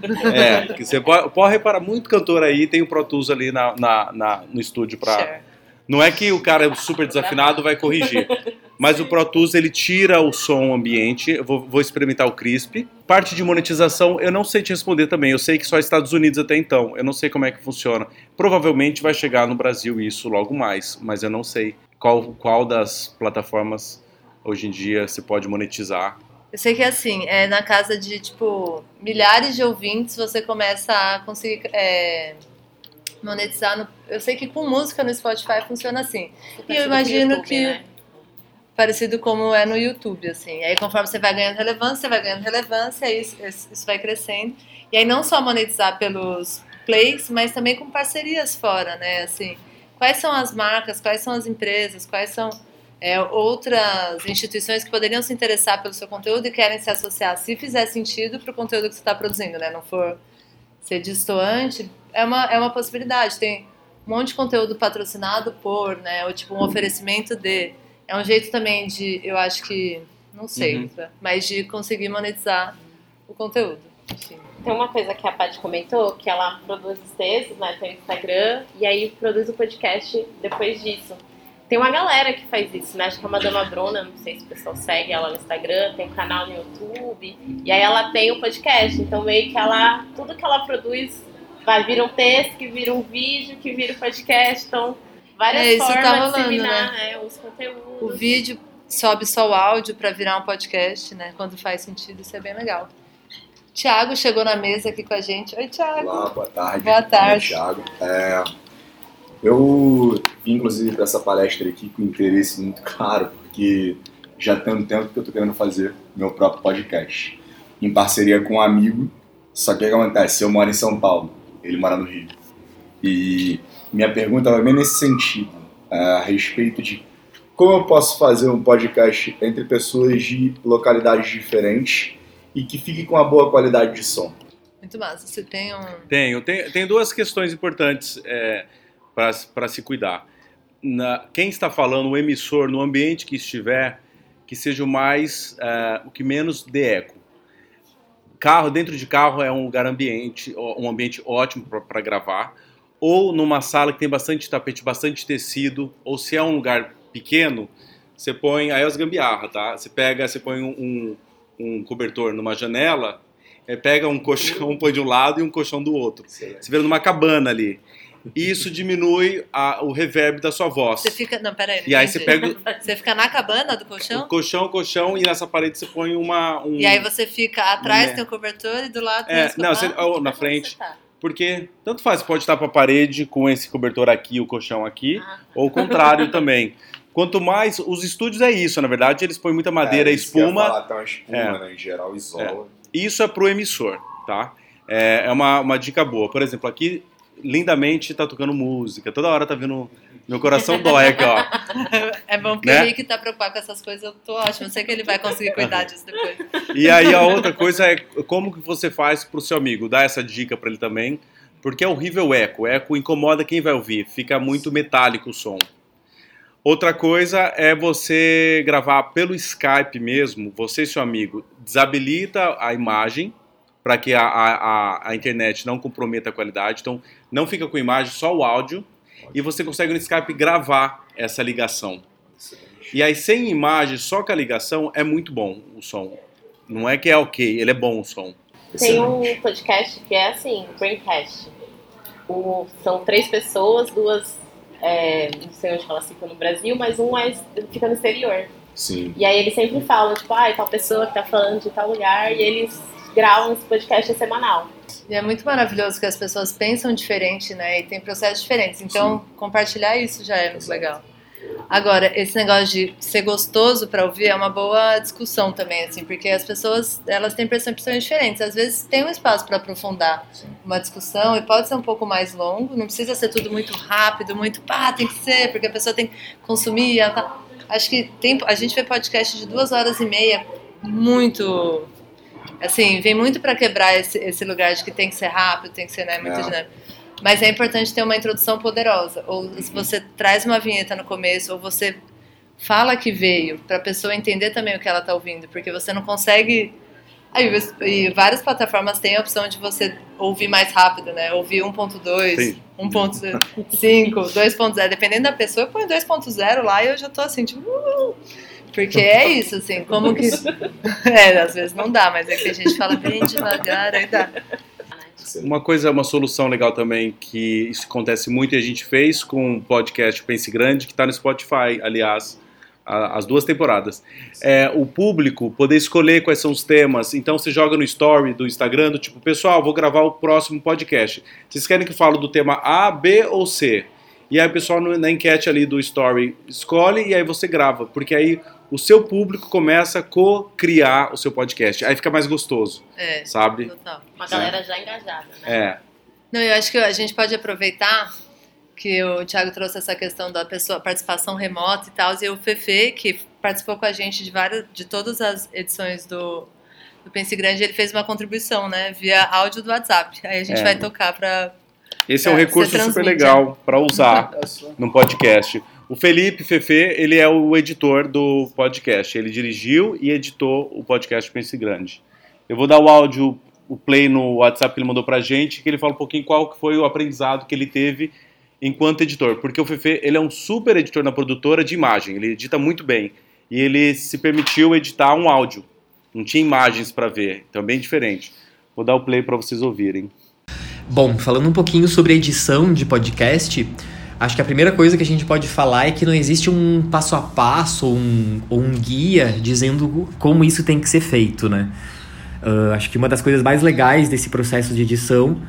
Speaker 3: é, porque você pode, pode reparar, muito cantor aí tem o Pro Tools ali na, na, na- no estúdio para.
Speaker 1: Share.
Speaker 3: Não é que o cara é super desafinado vai corrigir, mas o Pro Tools ele tira o som ambiente. Eu vou, vou experimentar o Crisp. Parte de monetização eu não sei te responder também. Eu sei que só Estados Unidos até então. Eu não sei como é que funciona. Provavelmente vai chegar no Brasil isso logo mais, mas eu não sei qual, qual das plataformas hoje em dia se pode monetizar.
Speaker 1: Eu sei que assim, é, na casa de, tipo, milhares de ouvintes, você começa a conseguir é, monetizar. No, eu sei que com música no Spotify funciona assim. E eu imagino
Speaker 2: YouTube,
Speaker 1: que...
Speaker 2: né?
Speaker 1: Parecido como é no YouTube, assim. Aí conforme você vai ganhando relevância, você vai ganhando relevância, aí isso, isso vai crescendo. E aí não só monetizar pelos plays, mas também com parcerias fora, né? Assim, quais são as marcas, quais são as empresas, quais são é, outras instituições que poderiam se interessar pelo seu conteúdo e querem se associar, se fizer sentido para o conteúdo que você está produzindo, né? Não for ser destoante, é uma, é uma possibilidade. Tem um monte de conteúdo patrocinado por, né? Ou tipo um oferecimento de... É um jeito também de, eu acho que, não sei,
Speaker 3: Uhum.
Speaker 1: mas de conseguir monetizar o conteúdo. Enfim.
Speaker 2: Tem uma coisa que a Paty comentou, que ela produz os textos, né, tem o Instagram, e aí produz o podcast depois disso. Tem uma galera que faz isso, né, acho que é a Madama Bruna, não sei se o pessoal segue ela no Instagram, tem um canal no YouTube, e aí ela tem o podcast, então meio que ela, tudo que ela produz vai vir um texto, que vira um vídeo, que vira um podcast, então várias
Speaker 1: É, isso
Speaker 2: formas
Speaker 1: tá
Speaker 2: de
Speaker 1: rolando,
Speaker 2: disseminar né, os conteúdos.
Speaker 1: O vídeo sobe só o áudio para virar um podcast, né? Quando faz sentido, isso é bem legal. Tiago chegou na mesa aqui com a gente. Oi, Tiago.
Speaker 6: Olá, boa tarde.
Speaker 1: Boa tarde.
Speaker 6: Meu nome é Thiago. É, eu vim, inclusive, para essa palestra aqui com interesse muito claro, porque já tem um tempo que eu estou querendo fazer meu próprio podcast, em parceria com um amigo, só que o que acontece? Eu moro em São Paulo, ele mora no Rio. E minha pergunta vai bem nesse sentido, é, a respeito de como eu posso fazer um podcast entre pessoas de localidades diferentes e que fique com uma boa qualidade de som.
Speaker 1: Muito massa. Você tem um...
Speaker 3: Tenho, tem, tem duas questões importantes é, para se cuidar. na, quem está falando, o emissor, no ambiente que estiver, que seja o mais, uh, o que menos dê eco. Carro, dentro de carro é um lugar ambiente, um ambiente ótimo para gravar, ou numa sala que tem bastante tapete, bastante tecido, ou se é um lugar pequeno, você põe, aí é as gambiarra, tá? Você pega, você põe um, um cobertor numa janela, é, pega um colchão, põe de um lado e um colchão do outro. Sim. Você vira numa cabana ali. E isso diminui a, o reverb da sua voz.
Speaker 1: Você fica, não, peraí, não
Speaker 3: E aí você pega...
Speaker 1: Você fica na cabana do colchão?
Speaker 3: O colchão, o colchão, e nessa parede você põe uma... Um,
Speaker 1: e aí você fica atrás,
Speaker 3: né?
Speaker 1: tem o cobertor, e do lado tem
Speaker 3: é,
Speaker 1: o
Speaker 3: não, você, ou na frente. Tá? Porque tanto faz, você pode estar para a parede com esse cobertor aqui, o colchão aqui, ah. ou o contrário também. Quanto mais, os estúdios é isso, na verdade, eles põem muita madeira, é, espuma.
Speaker 6: Falar, tá uma espuma, é. né, em geral, isola.
Speaker 3: É. Isso é pro emissor, tá? É, é uma, uma dica boa. Por exemplo, aqui, lindamente, tá tocando música, toda hora tá vindo... Meu coração dói aqui, ó.
Speaker 1: É bom porque né? o Rick tá preocupado com essas coisas, eu tô ótimo, eu sei que ele vai conseguir cuidar disso depois.
Speaker 3: E aí a outra coisa é como que você faz pro seu amigo, dá essa dica pra ele também, porque é horrível o eco, o eco incomoda quem vai ouvir, fica muito metálico o som. Outra coisa é você gravar pelo Skype mesmo, você e seu amigo, desabilita a imagem para que a, a, a internet não comprometa a qualidade, então não fica com imagem, só o áudio, e você consegue no Skype gravar essa ligação. E aí, sem imagem, só com a ligação, é muito bom o som. Não é que é ok, ele é bom o som.
Speaker 2: Tem um podcast que é assim, Braincast. O, são três pessoas, duas, é, não sei onde elas ficam no Brasil, mas um é, fica no exterior.
Speaker 6: Sim.
Speaker 2: E aí eles sempre falam, tipo, ah, tal pessoa que tá falando de tal lugar, e eles gravam esse podcast semanal.
Speaker 1: E é muito maravilhoso que as pessoas pensam diferente, né? E tem processos diferentes. Então, sim, compartilhar isso já é muito Exato. legal. Agora, esse negócio de ser gostoso para ouvir é uma boa discussão também, assim, porque as pessoas, elas têm percepções diferentes. Às vezes tem um espaço para aprofundar sim. uma discussão e pode ser um pouco mais longo. Não precisa ser tudo muito rápido, muito pá, tem que ser, porque a pessoa tem que consumir. Tá... Acho que tem, a gente vê podcast de duas horas e meia muito... Assim, vem muito para quebrar esse, esse lugar de que tem que ser rápido, tem que ser, né, muito é. dinâmico. Mas é importante ter uma introdução poderosa. Ou se você traz uma vinheta no começo, ou você fala que veio, para a pessoa entender também o que ela está ouvindo, porque você não consegue... Aí, e várias plataformas têm a opção de você ouvir mais rápido, né? Ouvir um ponto dois, um ponto cinco, dois ponto zero. Dependendo da pessoa, eu ponho dois ponto zero lá e eu já tô assim, tipo... Uh, porque é isso, assim, como que... É, às vezes não dá, mas é que a gente fala bem devagar, aí dá.
Speaker 3: Uma coisa, uma solução legal também, que isso acontece muito e a gente fez com o podcast Pense Grande, que está no Spotify, aliás, a, as duas temporadas. É, o público poder escolher quais são os temas, então você joga no story do Instagram, do tipo, pessoal, vou gravar o próximo podcast. Vocês querem que eu fale do tema A, B ou C? E aí o pessoal na enquete ali do story escolhe e aí você grava, porque aí o seu público começa a co-criar o seu podcast. Aí fica mais gostoso,
Speaker 1: é,
Speaker 3: sabe?
Speaker 2: Total. Uma galera é. já engajada, né?
Speaker 3: É.
Speaker 1: Não, eu acho que a gente pode aproveitar que o Thiago trouxe essa questão da pessoa, participação remota e tal, e o Fefe, que participou com a gente de, várias, de todas as edições do, do Pense Grande, ele fez uma contribuição, né, via áudio do WhatsApp. Aí a gente é. vai tocar para...
Speaker 3: Esse é um recurso super legal para usar no podcast. O Felipe Fefe, ele é o editor do podcast. Ele dirigiu e editou o podcast Pense Grande. Eu vou dar o áudio, o play no WhatsApp que ele mandou pra gente, que ele fala um pouquinho qual foi o aprendizado que ele teve enquanto editor. Porque o Fefe, ele é um super editor na produtora de imagem. Ele edita muito bem. E ele se permitiu editar um áudio. Não tinha imagens para ver. Então é bem diferente. Vou dar o play para vocês ouvirem.
Speaker 7: Bom, falando um pouquinho sobre edição de podcast, acho que a primeira coisa que a gente pode falar é que não existe um passo a passo ou um, ou um guia dizendo como isso tem que ser feito, né? Uh, acho que uma das coisas mais legais desse processo de edição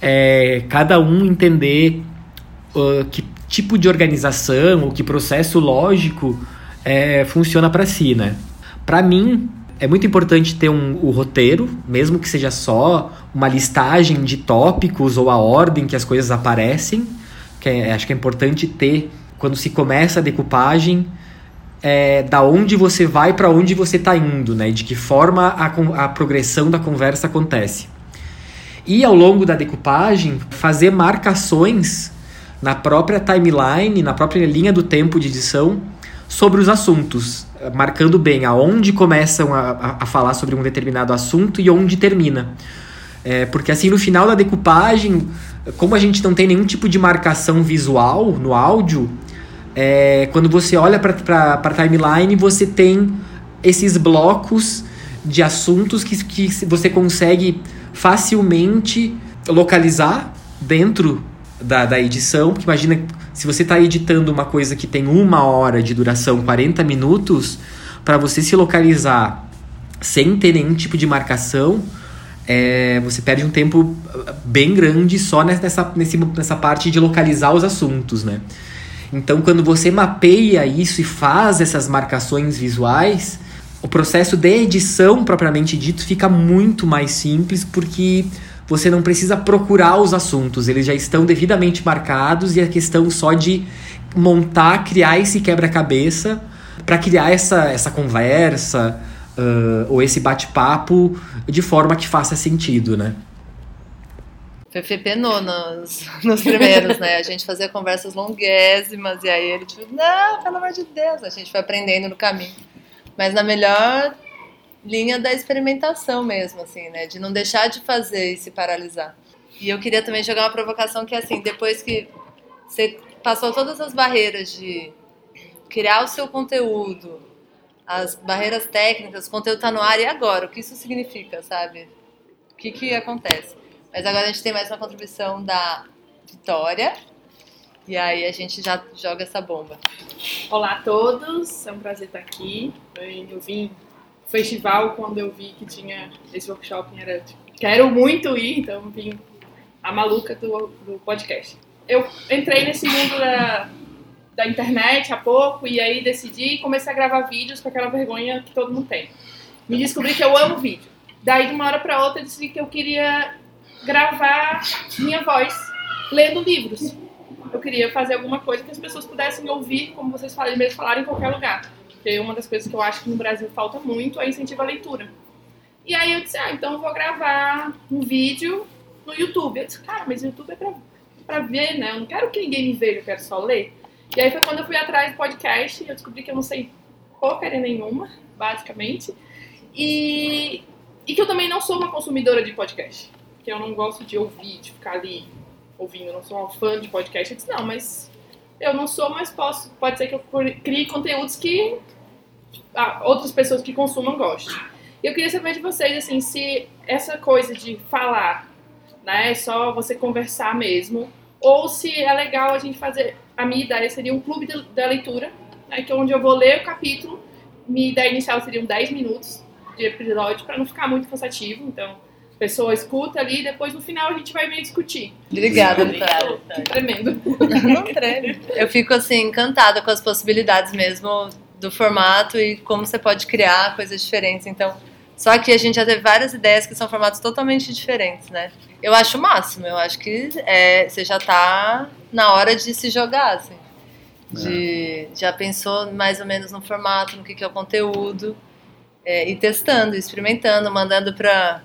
Speaker 7: é cada um entender uh, que tipo de organização ou que processo lógico é, funciona para si, né? Para mim, é muito importante ter um, o roteiro, mesmo que seja só uma listagem de tópicos ou a ordem que as coisas aparecem, que é, acho que é importante ter, quando se começa a decupagem, é, da onde você vai para onde você está indo, né? De que forma a, a progressão da conversa acontece. E ao longo da decupagem, fazer marcações na própria timeline, na própria linha do tempo de edição, sobre os assuntos, marcando bem aonde começam a, a, a falar sobre um determinado assunto e onde termina. É, porque assim, no final da decupagem, como a gente não tem nenhum tipo de marcação visual no áudio, é, quando você olha para a timeline, você tem esses blocos de assuntos que, que você consegue facilmente localizar dentro da, da edição. Porque imagina, se você está editando uma coisa que tem uma hora de duração, quarenta minutos, para você se localizar sem ter nenhum tipo de marcação, é, você perde um tempo bem grande só nessa, nesse, nessa parte de localizar os assuntos, né? Então, quando você mapeia isso e faz essas marcações visuais, o processo de edição, propriamente dito, fica muito mais simples, porque você não precisa procurar os assuntos, eles já estão devidamente marcados e é questão só de montar, criar esse quebra-cabeça para criar essa, essa conversa uh, ou esse bate-papo de forma que faça sentido, né?
Speaker 1: O Fefe penou nos, nos primeiros, né? A gente fazia conversas longuésimas e aí ele tipo, não, pelo amor de Deus, a gente foi aprendendo no caminho. Mas na melhor linha da experimentação mesmo, assim, né? De não deixar de fazer e se paralisar. E eu queria também jogar uma provocação que, assim, depois que você passou todas as barreiras de criar o seu conteúdo, as barreiras técnicas, o conteúdo tá no ar, e agora? O que isso significa, sabe? O que que acontece? Mas agora a gente tem mais uma contribuição da Vitória, e aí a gente já joga essa bomba.
Speaker 8: Olá a todos, é um prazer estar aqui. Eu vim no festival quando eu vi que tinha esse workshop, era tipo, quero muito ir, então vim a maluca do, do podcast. Eu entrei nesse mundo da, da internet há pouco e aí decidi e comecei a gravar vídeos com aquela vergonha que todo mundo tem. Me descobri que eu amo vídeo. Daí de uma hora para outra eu decidi que eu queria gravar minha voz lendo livros. Eu queria fazer alguma coisa que as pessoas pudessem ouvir, como vocês falaram, mesmo falaram em qualquer lugar. Porque uma das coisas que eu acho que no Brasil falta muito é incentivo à leitura. E aí eu disse, ah, então eu vou gravar um vídeo no YouTube. Eu disse, cara, mas o YouTube é pra, pra ver, né? Eu não quero que ninguém me veja, eu quero só ler. E aí foi quando eu fui atrás do podcast, eu descobri que eu não sei porcaria nenhuma, basicamente. E, e que eu também não sou uma consumidora de podcast. Que eu não gosto de ouvir, de ficar ali ouvindo, eu não sou uma fã de podcast. Eu disse, não, mas eu não sou, mas posso, pode ser que eu crie conteúdos que ah, outras pessoas que consumam gostem. E eu queria saber de vocês, assim, se essa coisa de falar, né, é só você conversar mesmo, ou se é legal a gente fazer, a minha ideia seria um clube de, da leitura, né, que é onde eu vou ler o capítulo, minha ideia inicial seriam dez minutos de episódio, para não ficar muito cansativo, então a pessoa escuta ali e depois no final a gente vai meio discutir.
Speaker 1: Obrigada, Vitória.
Speaker 8: Que tremendo.
Speaker 1: Não treme. Eu fico, assim, encantada com as possibilidades mesmo do formato e como você pode criar coisas diferentes. Então, só que a gente já teve várias ideias que são formatos totalmente diferentes, né? Eu acho o máximo. Eu acho que é, você já tá na hora de se jogar, assim. De, é. Já pensou mais ou menos no formato, no que, que é o conteúdo. É, e testando, experimentando, mandando para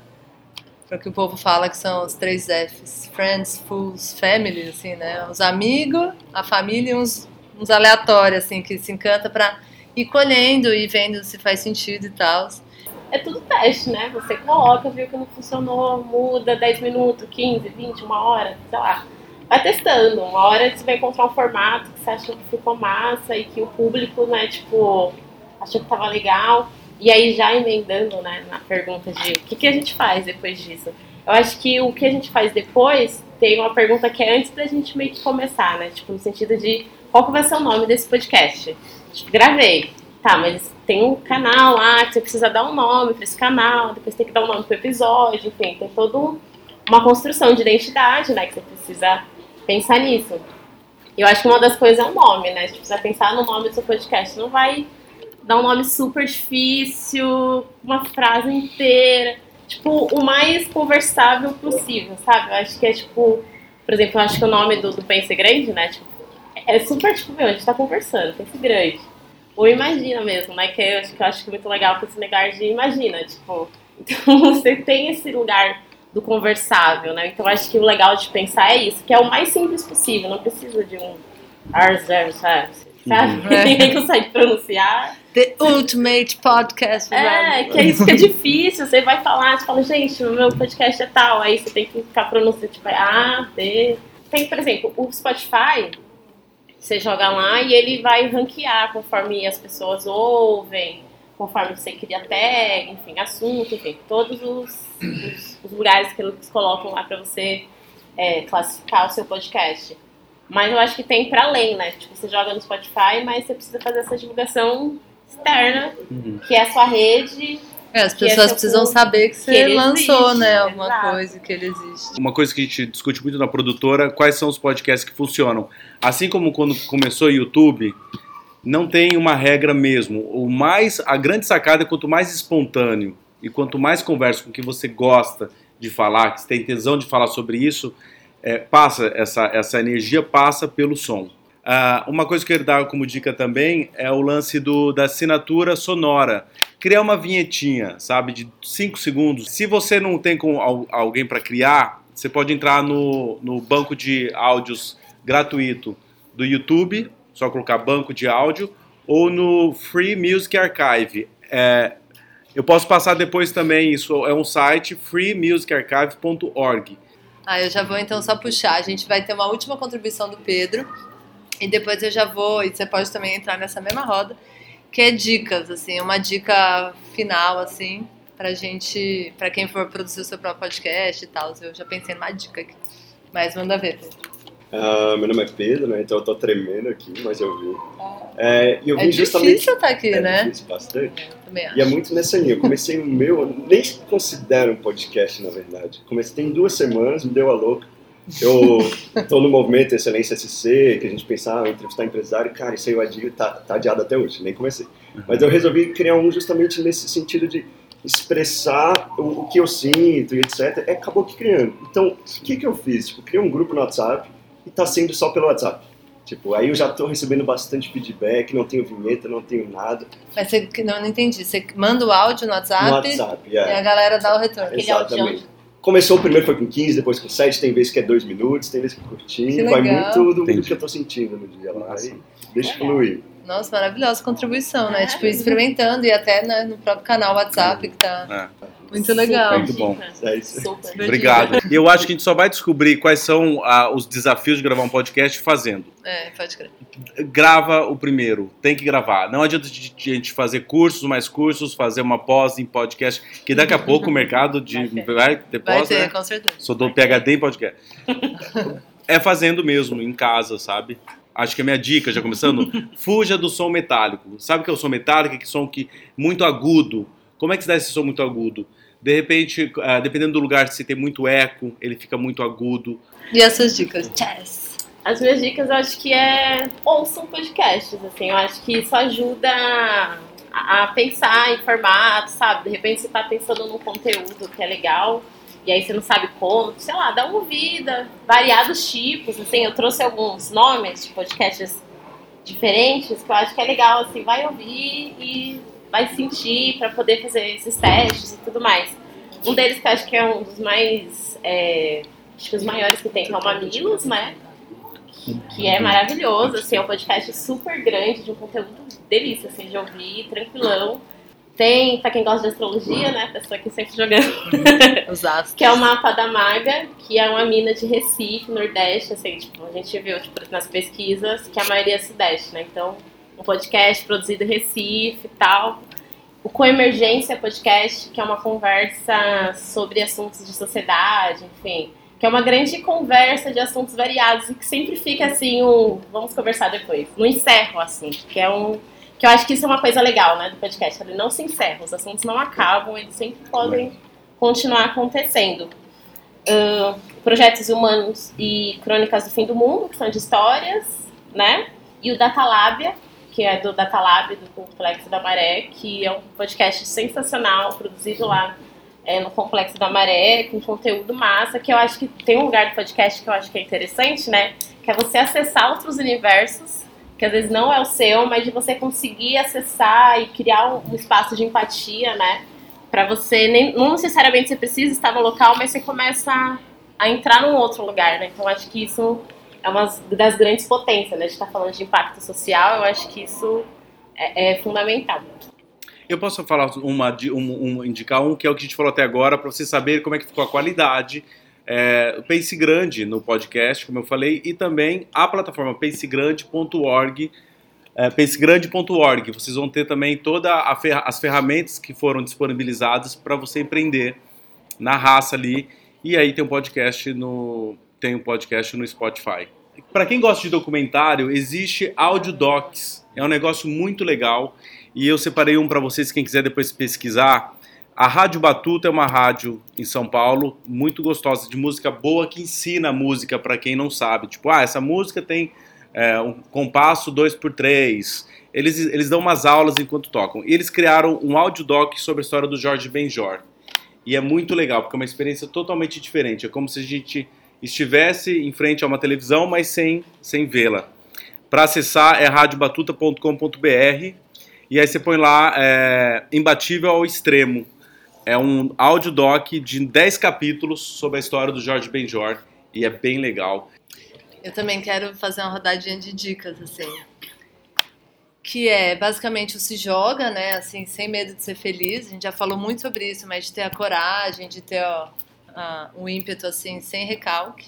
Speaker 1: o que o povo fala que são os três Fs, friends, fools, family, assim, né? Os amigos, a família e uns, uns aleatórios, assim, que se encanta para ir colhendo e vendo se faz sentido e tal.
Speaker 2: É tudo teste, né? Você coloca, viu que não funcionou, muda dez minutos, quinze, vinte, uma hora, sei lá. Vai testando. Uma hora você vai encontrar um formato que você acha que ficou massa e que o público, né, tipo, achou que tava legal. E aí já emendando, né, na pergunta de o que, que a gente faz depois disso. Eu acho que o que a gente faz depois tem uma pergunta que é antes da gente meio que começar, né? Tipo, no sentido de qual que vai ser o nome desse podcast? Tipo, gravei. Tá, mas tem um canal lá que você precisa dar um nome para esse canal, depois tem que dar um nome pro episódio, enfim, tem toda uma construção de identidade, né, que você precisa pensar nisso. E eu acho que uma das coisas é o nome, né? Você precisa pensar no nome do seu podcast. Não vai dar um nome super difícil, uma frase inteira, tipo, o mais conversável possível, sabe? Eu acho que é tipo, por exemplo, eu acho que o nome do, do Pense Grande, né, tipo, é super tipo, meu, a gente tá conversando, Pense Grande. Ou Imagina mesmo, né, que eu acho que eu acho que é muito legal com esse lugar de imagina, tipo, então você tem esse lugar do conversável, né? Então acho que o legal de pensar é isso, que é o mais simples possível, não precisa de um Ars sabe? Ninguém consegue pronunciar.
Speaker 1: The Ultimate Podcast.
Speaker 2: É, que é isso que é difícil. Você vai falar, você fala, gente, o meu podcast é tal. Aí você tem que ficar pronunciando, tipo, A, B. Tem, por exemplo, o Spotify, você joga lá e ele vai ranquear conforme as pessoas ouvem, conforme você cria tag, enfim, assunto, enfim, todos os, os, os lugares que eles colocam lá pra você é, classificar o seu podcast. Mas eu acho que tem pra além, né? Tipo, você joga no Spotify, mas você precisa fazer essa divulgação externa, uhum. que é a sua rede.
Speaker 1: É, as pessoas é precisam público, saber que você que lançou, existe, né? Alguma exato. coisa, que ele existe.
Speaker 3: Uma coisa que a gente discute muito na produtora, quais são os podcasts que funcionam. Assim como quando começou o YouTube, não tem uma regra mesmo. O mais, a grande sacada é quanto mais espontâneo e quanto mais conversa com o que você gosta de falar, que você tem tesão de falar sobre isso, É, passa, essa, essa energia passa pelo som. Uh, uma coisa que eu quero dar como dica também é o lance do, da assinatura sonora. Criar uma vinhetinha, sabe, de cinco segundos. Se você não tem com alguém para criar, você pode entrar no, no banco de áudios gratuito do YouTube, só colocar banco de áudio, ou no Free Music Archive. É, eu posso passar depois também, isso é um site, free music archive ponto org.
Speaker 1: Ah, eu já vou então só puxar. A gente vai ter uma última contribuição do Pedro e depois eu já vou, e você pode também entrar nessa mesma roda, que é dicas, assim, uma dica final, assim, pra gente, pra quem for produzir o seu próprio podcast e tal. Eu já pensei numa dica aqui, mas manda ver, Pedro.
Speaker 9: Uh, meu nome é Pedro, né? Então eu tô tremendo aqui, mas eu vim. É, e eu vim
Speaker 1: é
Speaker 9: justamente...
Speaker 1: difícil estar aqui,
Speaker 9: é
Speaker 1: né?
Speaker 9: É difícil, bastante.
Speaker 1: É, também acho.
Speaker 9: E é muito nessa linha. Eu comecei o meu, eu nem considero um podcast, na verdade. Comecei tem duas semanas, me deu a louca. Eu tô no movimento Excelência S C, que a gente pensava em entrevistar empresário. Cara, isso aí eu adio, tá, tá adiado até hoje, nem comecei. Mas eu resolvi criar um justamente nesse sentido de expressar o, o que eu sinto e etcétera. É, acabou que criando. Então, o que que eu fiz? Tipo, criei um grupo no WhatsApp e tá sendo só pelo WhatsApp. Tipo, aí eu já tô recebendo bastante feedback, não tenho vinheta, não tenho nada.
Speaker 1: Mas você, não, não entendi, você manda o áudio no WhatsApp,
Speaker 9: no WhatsApp yeah.
Speaker 1: e a galera dá o retorno.
Speaker 9: Exatamente. Começou o primeiro foi com quinze, depois com sete, tem vezes que é dois minutos, tem vezes que é curtinho,
Speaker 1: que
Speaker 9: vai muito do, do
Speaker 3: Entendi.
Speaker 9: que eu tô sentindo no dia lá, aí deixa fluir.
Speaker 1: Nossa, maravilhosa contribuição, né? É. Tipo, experimentando e até né, no próprio canal WhatsApp, que tá é. muito legal.
Speaker 3: Muito bom.
Speaker 9: É isso.
Speaker 2: Super.
Speaker 3: Obrigado. E eu acho que a gente só vai descobrir quais são ah, os desafios de gravar um podcast fazendo.
Speaker 1: É, pode crer.
Speaker 3: Grava o primeiro, tem que gravar. Não adianta a gente fazer cursos, mais cursos, fazer uma pós em podcast, que daqui a pouco o mercado de, vai ter pós,
Speaker 1: vai ter,
Speaker 3: né?
Speaker 1: Com certeza.
Speaker 3: Sou do P H D em podcast. É fazendo mesmo, em casa, sabe? Acho que a minha dica, já começando, fuja do som metálico. Sabe o que é o som metálico? Que som que, muito agudo. Como é que se dá esse som muito agudo? De repente, uh, dependendo do lugar, se tem muito eco, ele fica muito agudo.
Speaker 1: E essas dicas? Chess.
Speaker 2: As minhas dicas, eu acho que é ouçam podcasts, assim. Eu acho que isso ajuda a, a pensar em formato, sabe? De repente você tá pensando num conteúdo que é legal, e aí você não sabe como, sei lá, dá uma ouvida, variados tipos, assim, eu trouxe alguns nomes de podcasts diferentes que eu acho que é legal, assim, vai ouvir e vai sentir para poder fazer esses testes e tudo mais. Um deles que eu acho que é um dos mais, é, acho que os maiores que tem, que é o Mamilos, né, que é maravilhoso, assim, é um podcast super grande, de um conteúdo delícia, assim, de ouvir, tranquilão. Tem, pra quem gosta de astrologia, né, pessoa aqui sempre jogando,
Speaker 1: os astros.
Speaker 2: Que é o Mapa da Maga, que é uma mina de Recife, Nordeste, assim, tipo, a gente viu, tipo, nas pesquisas que a maioria é Sudeste, né, então, um podcast produzido em Recife e tal. O Coemergência Podcast, que é uma conversa sobre assuntos de sociedade, enfim, que é uma grande conversa de assuntos variados e que sempre fica, assim, um, vamos conversar depois, não encerra o assunto, que é um... Que eu acho que isso é uma coisa legal, né, do podcast. Ele não se encerra, os assuntos não acabam, eles sempre podem continuar acontecendo. Uh, projetos humanos e Crônicas do Fim do Mundo, que são de histórias, né? E o Datalábia, que é do Datalab, do Complexo da Maré, que é um podcast sensacional, produzido lá é, no Complexo da Maré, com conteúdo massa, que eu acho que tem um lugar do podcast que eu acho que é interessante, né? Que é você acessar outros universos, que às vezes não é o seu, mas de você conseguir acessar e criar um, um espaço de empatia, né, pra você, nem, não necessariamente você precisa estar no local, mas você começa a, a entrar num outro lugar, né? Então acho que isso é uma das grandes potências, né? A gente tá falando de impacto social, eu acho que isso é, é fundamental.
Speaker 3: Eu posso falar uma, um, um, indicar um que é o que a gente falou até agora, para você saber como é que ficou a qualidade. É, Pense Grande no podcast, como eu falei, e também a plataforma pense grande ponto org, é, pense grande ponto org. Vocês vão ter também todas ferra as ferramentas que foram disponibilizadas para você empreender na raça ali. E aí tem um podcast no, tem um podcast no Spotify. Para quem gosta de documentário, existe Audiodocs. É um negócio muito legal. E eu separei um para vocês, quem quiser depois pesquisar. A Rádio Batuta é uma rádio em São Paulo, muito gostosa, de música boa, que ensina música para quem não sabe. Tipo, ah, essa música tem é, um compasso dois por três. Eles, eles dão umas aulas enquanto tocam. E eles criaram um audiodoc sobre a história do Jorge Benjor. E é muito legal, porque é uma experiência totalmente diferente. É como se a gente estivesse em frente a uma televisão, mas sem, sem vê-la. Para acessar é rádio batuta ponto com ponto b r e aí você põe lá é, Imbatível ao Extremo. É um audiodoc de dez capítulos sobre a história do Jorge Benjor e é bem legal.
Speaker 1: Eu também quero fazer uma rodadinha de dicas, assim, que é basicamente o Se Joga, né, assim, sem medo de ser feliz. A gente já falou muito sobre isso, mas de ter a coragem, de ter ó, a, um ímpeto, assim, sem recalque.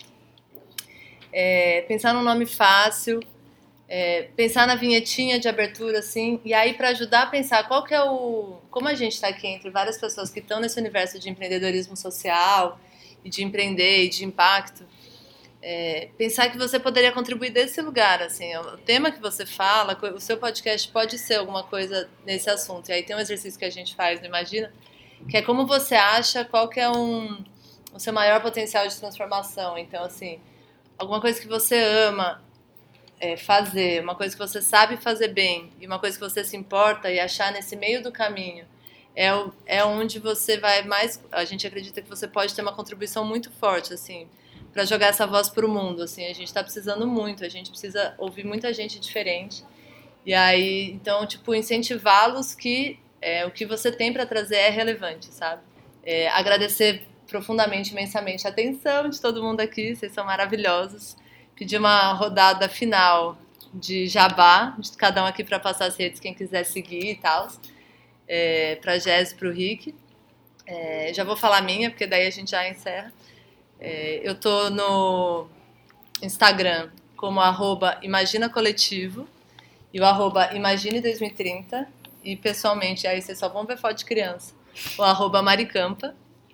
Speaker 1: É, pensar num nome fácil, é, pensar na vinhetinha de abertura, assim, e aí para ajudar a pensar qual que é o... Como a gente está aqui entre várias pessoas que estão nesse universo de empreendedorismo social e de empreender e de impacto, é, pensar que você poderia contribuir desse lugar, assim, o tema que você fala, o seu podcast pode ser alguma coisa nesse assunto. E aí tem um exercício que a gente faz, não imagina, que é como você acha qual que é um, o seu maior potencial de transformação. Então, assim, alguma coisa que você ama é, fazer, uma coisa que você sabe fazer bem e uma coisa que você se importa e achar nesse meio do caminho é, o, é onde você vai mais... A gente acredita que você pode ter uma contribuição muito forte, assim, para jogar essa voz para o mundo, assim. A gente está precisando muito, a gente precisa ouvir muita gente diferente. E aí, então, tipo, incentivá-los que é, o que você tem para trazer é relevante, sabe? É, agradecer profundamente, imensamente a atenção de todo mundo aqui, vocês são maravilhosos. Pedir uma rodada final de jabá, de cada um aqui para passar as redes, quem quiser seguir e tal, é, para a Jess e para o Rick. É, já vou falar a minha, porque daí a gente já encerra. É, eu tô no Instagram como arroba Imagina Coletivo e o arroba Imagine dois mil e trinta, e pessoalmente, aí vocês só vão ver foto de criança, o arroba Maricampa.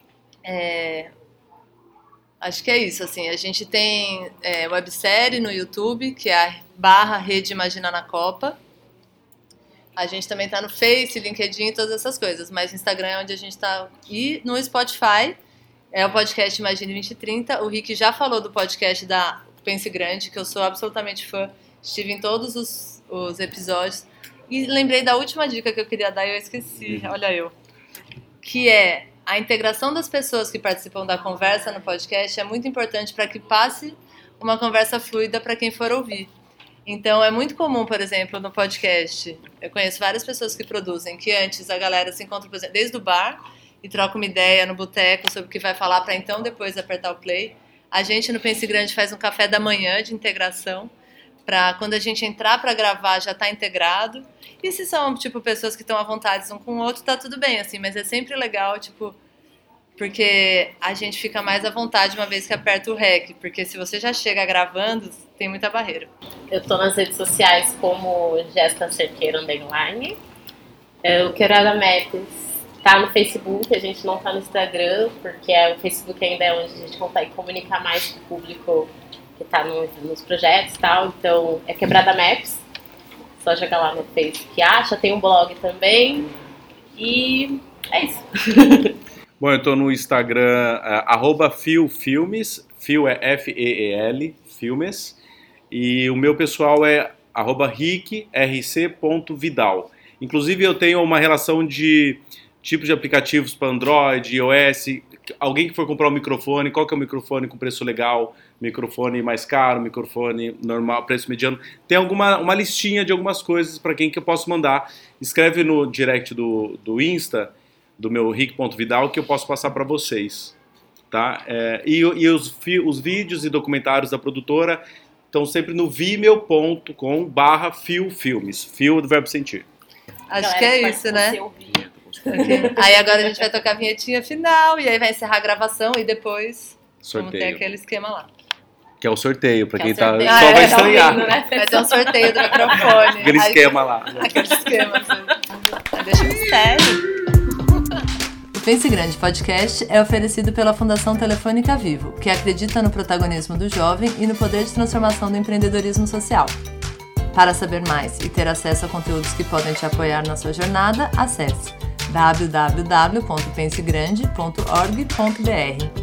Speaker 1: É, acho que é isso, assim, a gente tem é, websérie no YouTube, que é a barra Rede Imagina na Copa. A gente também tá no Face, LinkedIn, todas essas coisas, mas o Instagram é onde a gente tá. E no Spotify é o podcast Imagine vinte e trinta. O Rick já falou do podcast da Pense Grande, que eu sou absolutamente fã. Estive em todos os, os episódios. E lembrei da última dica que eu queria dar e eu esqueci, olha eu. Que é a integração das pessoas que participam da conversa no podcast é muito importante para que passe uma conversa fluida para quem for ouvir. Então, é muito comum, por exemplo, no podcast, eu conheço várias pessoas que produzem, que antes a galera se encontra, por exemplo, desde o bar e troca uma ideia no boteco sobre o que vai falar para então depois apertar o play. A gente no Pense Grande faz um café da manhã de integração para quando a gente entrar para gravar já tá integrado. E se são, tipo, pessoas que estão à vontade um com o outro, tá tudo bem, assim, mas é sempre legal, tipo, porque a gente fica mais à vontade uma vez que aperta o rec, porque se você já chega gravando, tem muita barreira.
Speaker 2: Eu tô nas redes sociais como Jéssica Cerqueira Underline. O Quebrada Maps tá no Facebook, a gente não tá no Instagram, porque é, o Facebook ainda é onde a gente consegue comunicar mais com o público que tá no, nos projetos e tal. Então, é Quebrada Maps. Só jogar lá no Facebook que acha. Tem um blog também. E é isso.
Speaker 3: Bom, eu tô no Instagram, uh, arroba Fiofilmes. Fio é F E E L, Filmes. E o meu pessoal é arroba rick r c ponto vidal. Inclusive, eu tenho uma relação de tipos de aplicativos para Android, iOS. Alguém que for comprar um microfone, qual que é o microfone com preço legal, microfone mais caro, microfone normal, preço mediano. Tem alguma, uma listinha de algumas coisas para quem que eu posso mandar. Escreve no direct do, do Insta, do meu rick ponto vidal que eu posso passar para vocês. Tá? É, e e os, fi, os vídeos e documentários da produtora estão sempre no vimeo ponto com barra fio filmes. Fio do verbo sentir.
Speaker 1: Acho que é isso, né? Okay. Aí agora a gente vai tocar a vinhetinha final e aí vai encerrar a gravação e depois
Speaker 3: sorteio.
Speaker 1: Vamos ter aquele esquema lá.
Speaker 3: Que é o sorteio, pra
Speaker 2: Que
Speaker 3: quem
Speaker 2: é o
Speaker 3: tá.
Speaker 2: sorteio.
Speaker 3: Só
Speaker 1: Ah,
Speaker 3: vai
Speaker 1: é,
Speaker 3: estranhar.
Speaker 2: Tá ouvindo, né?
Speaker 1: Vai ter um sorteio do microfone.
Speaker 3: Aquele
Speaker 1: Aí-
Speaker 3: esquema lá.
Speaker 1: Aquele esquema, assim. Aí deixa um mistério. O Pense Grande Podcast é oferecido pela Fundação Telefônica Vivo, que acredita no protagonismo do jovem e no poder de transformação do empreendedorismo social. Para saber mais e ter acesso a conteúdos que podem te apoiar na sua jornada, acesse w w w ponto pense grande ponto org ponto b r.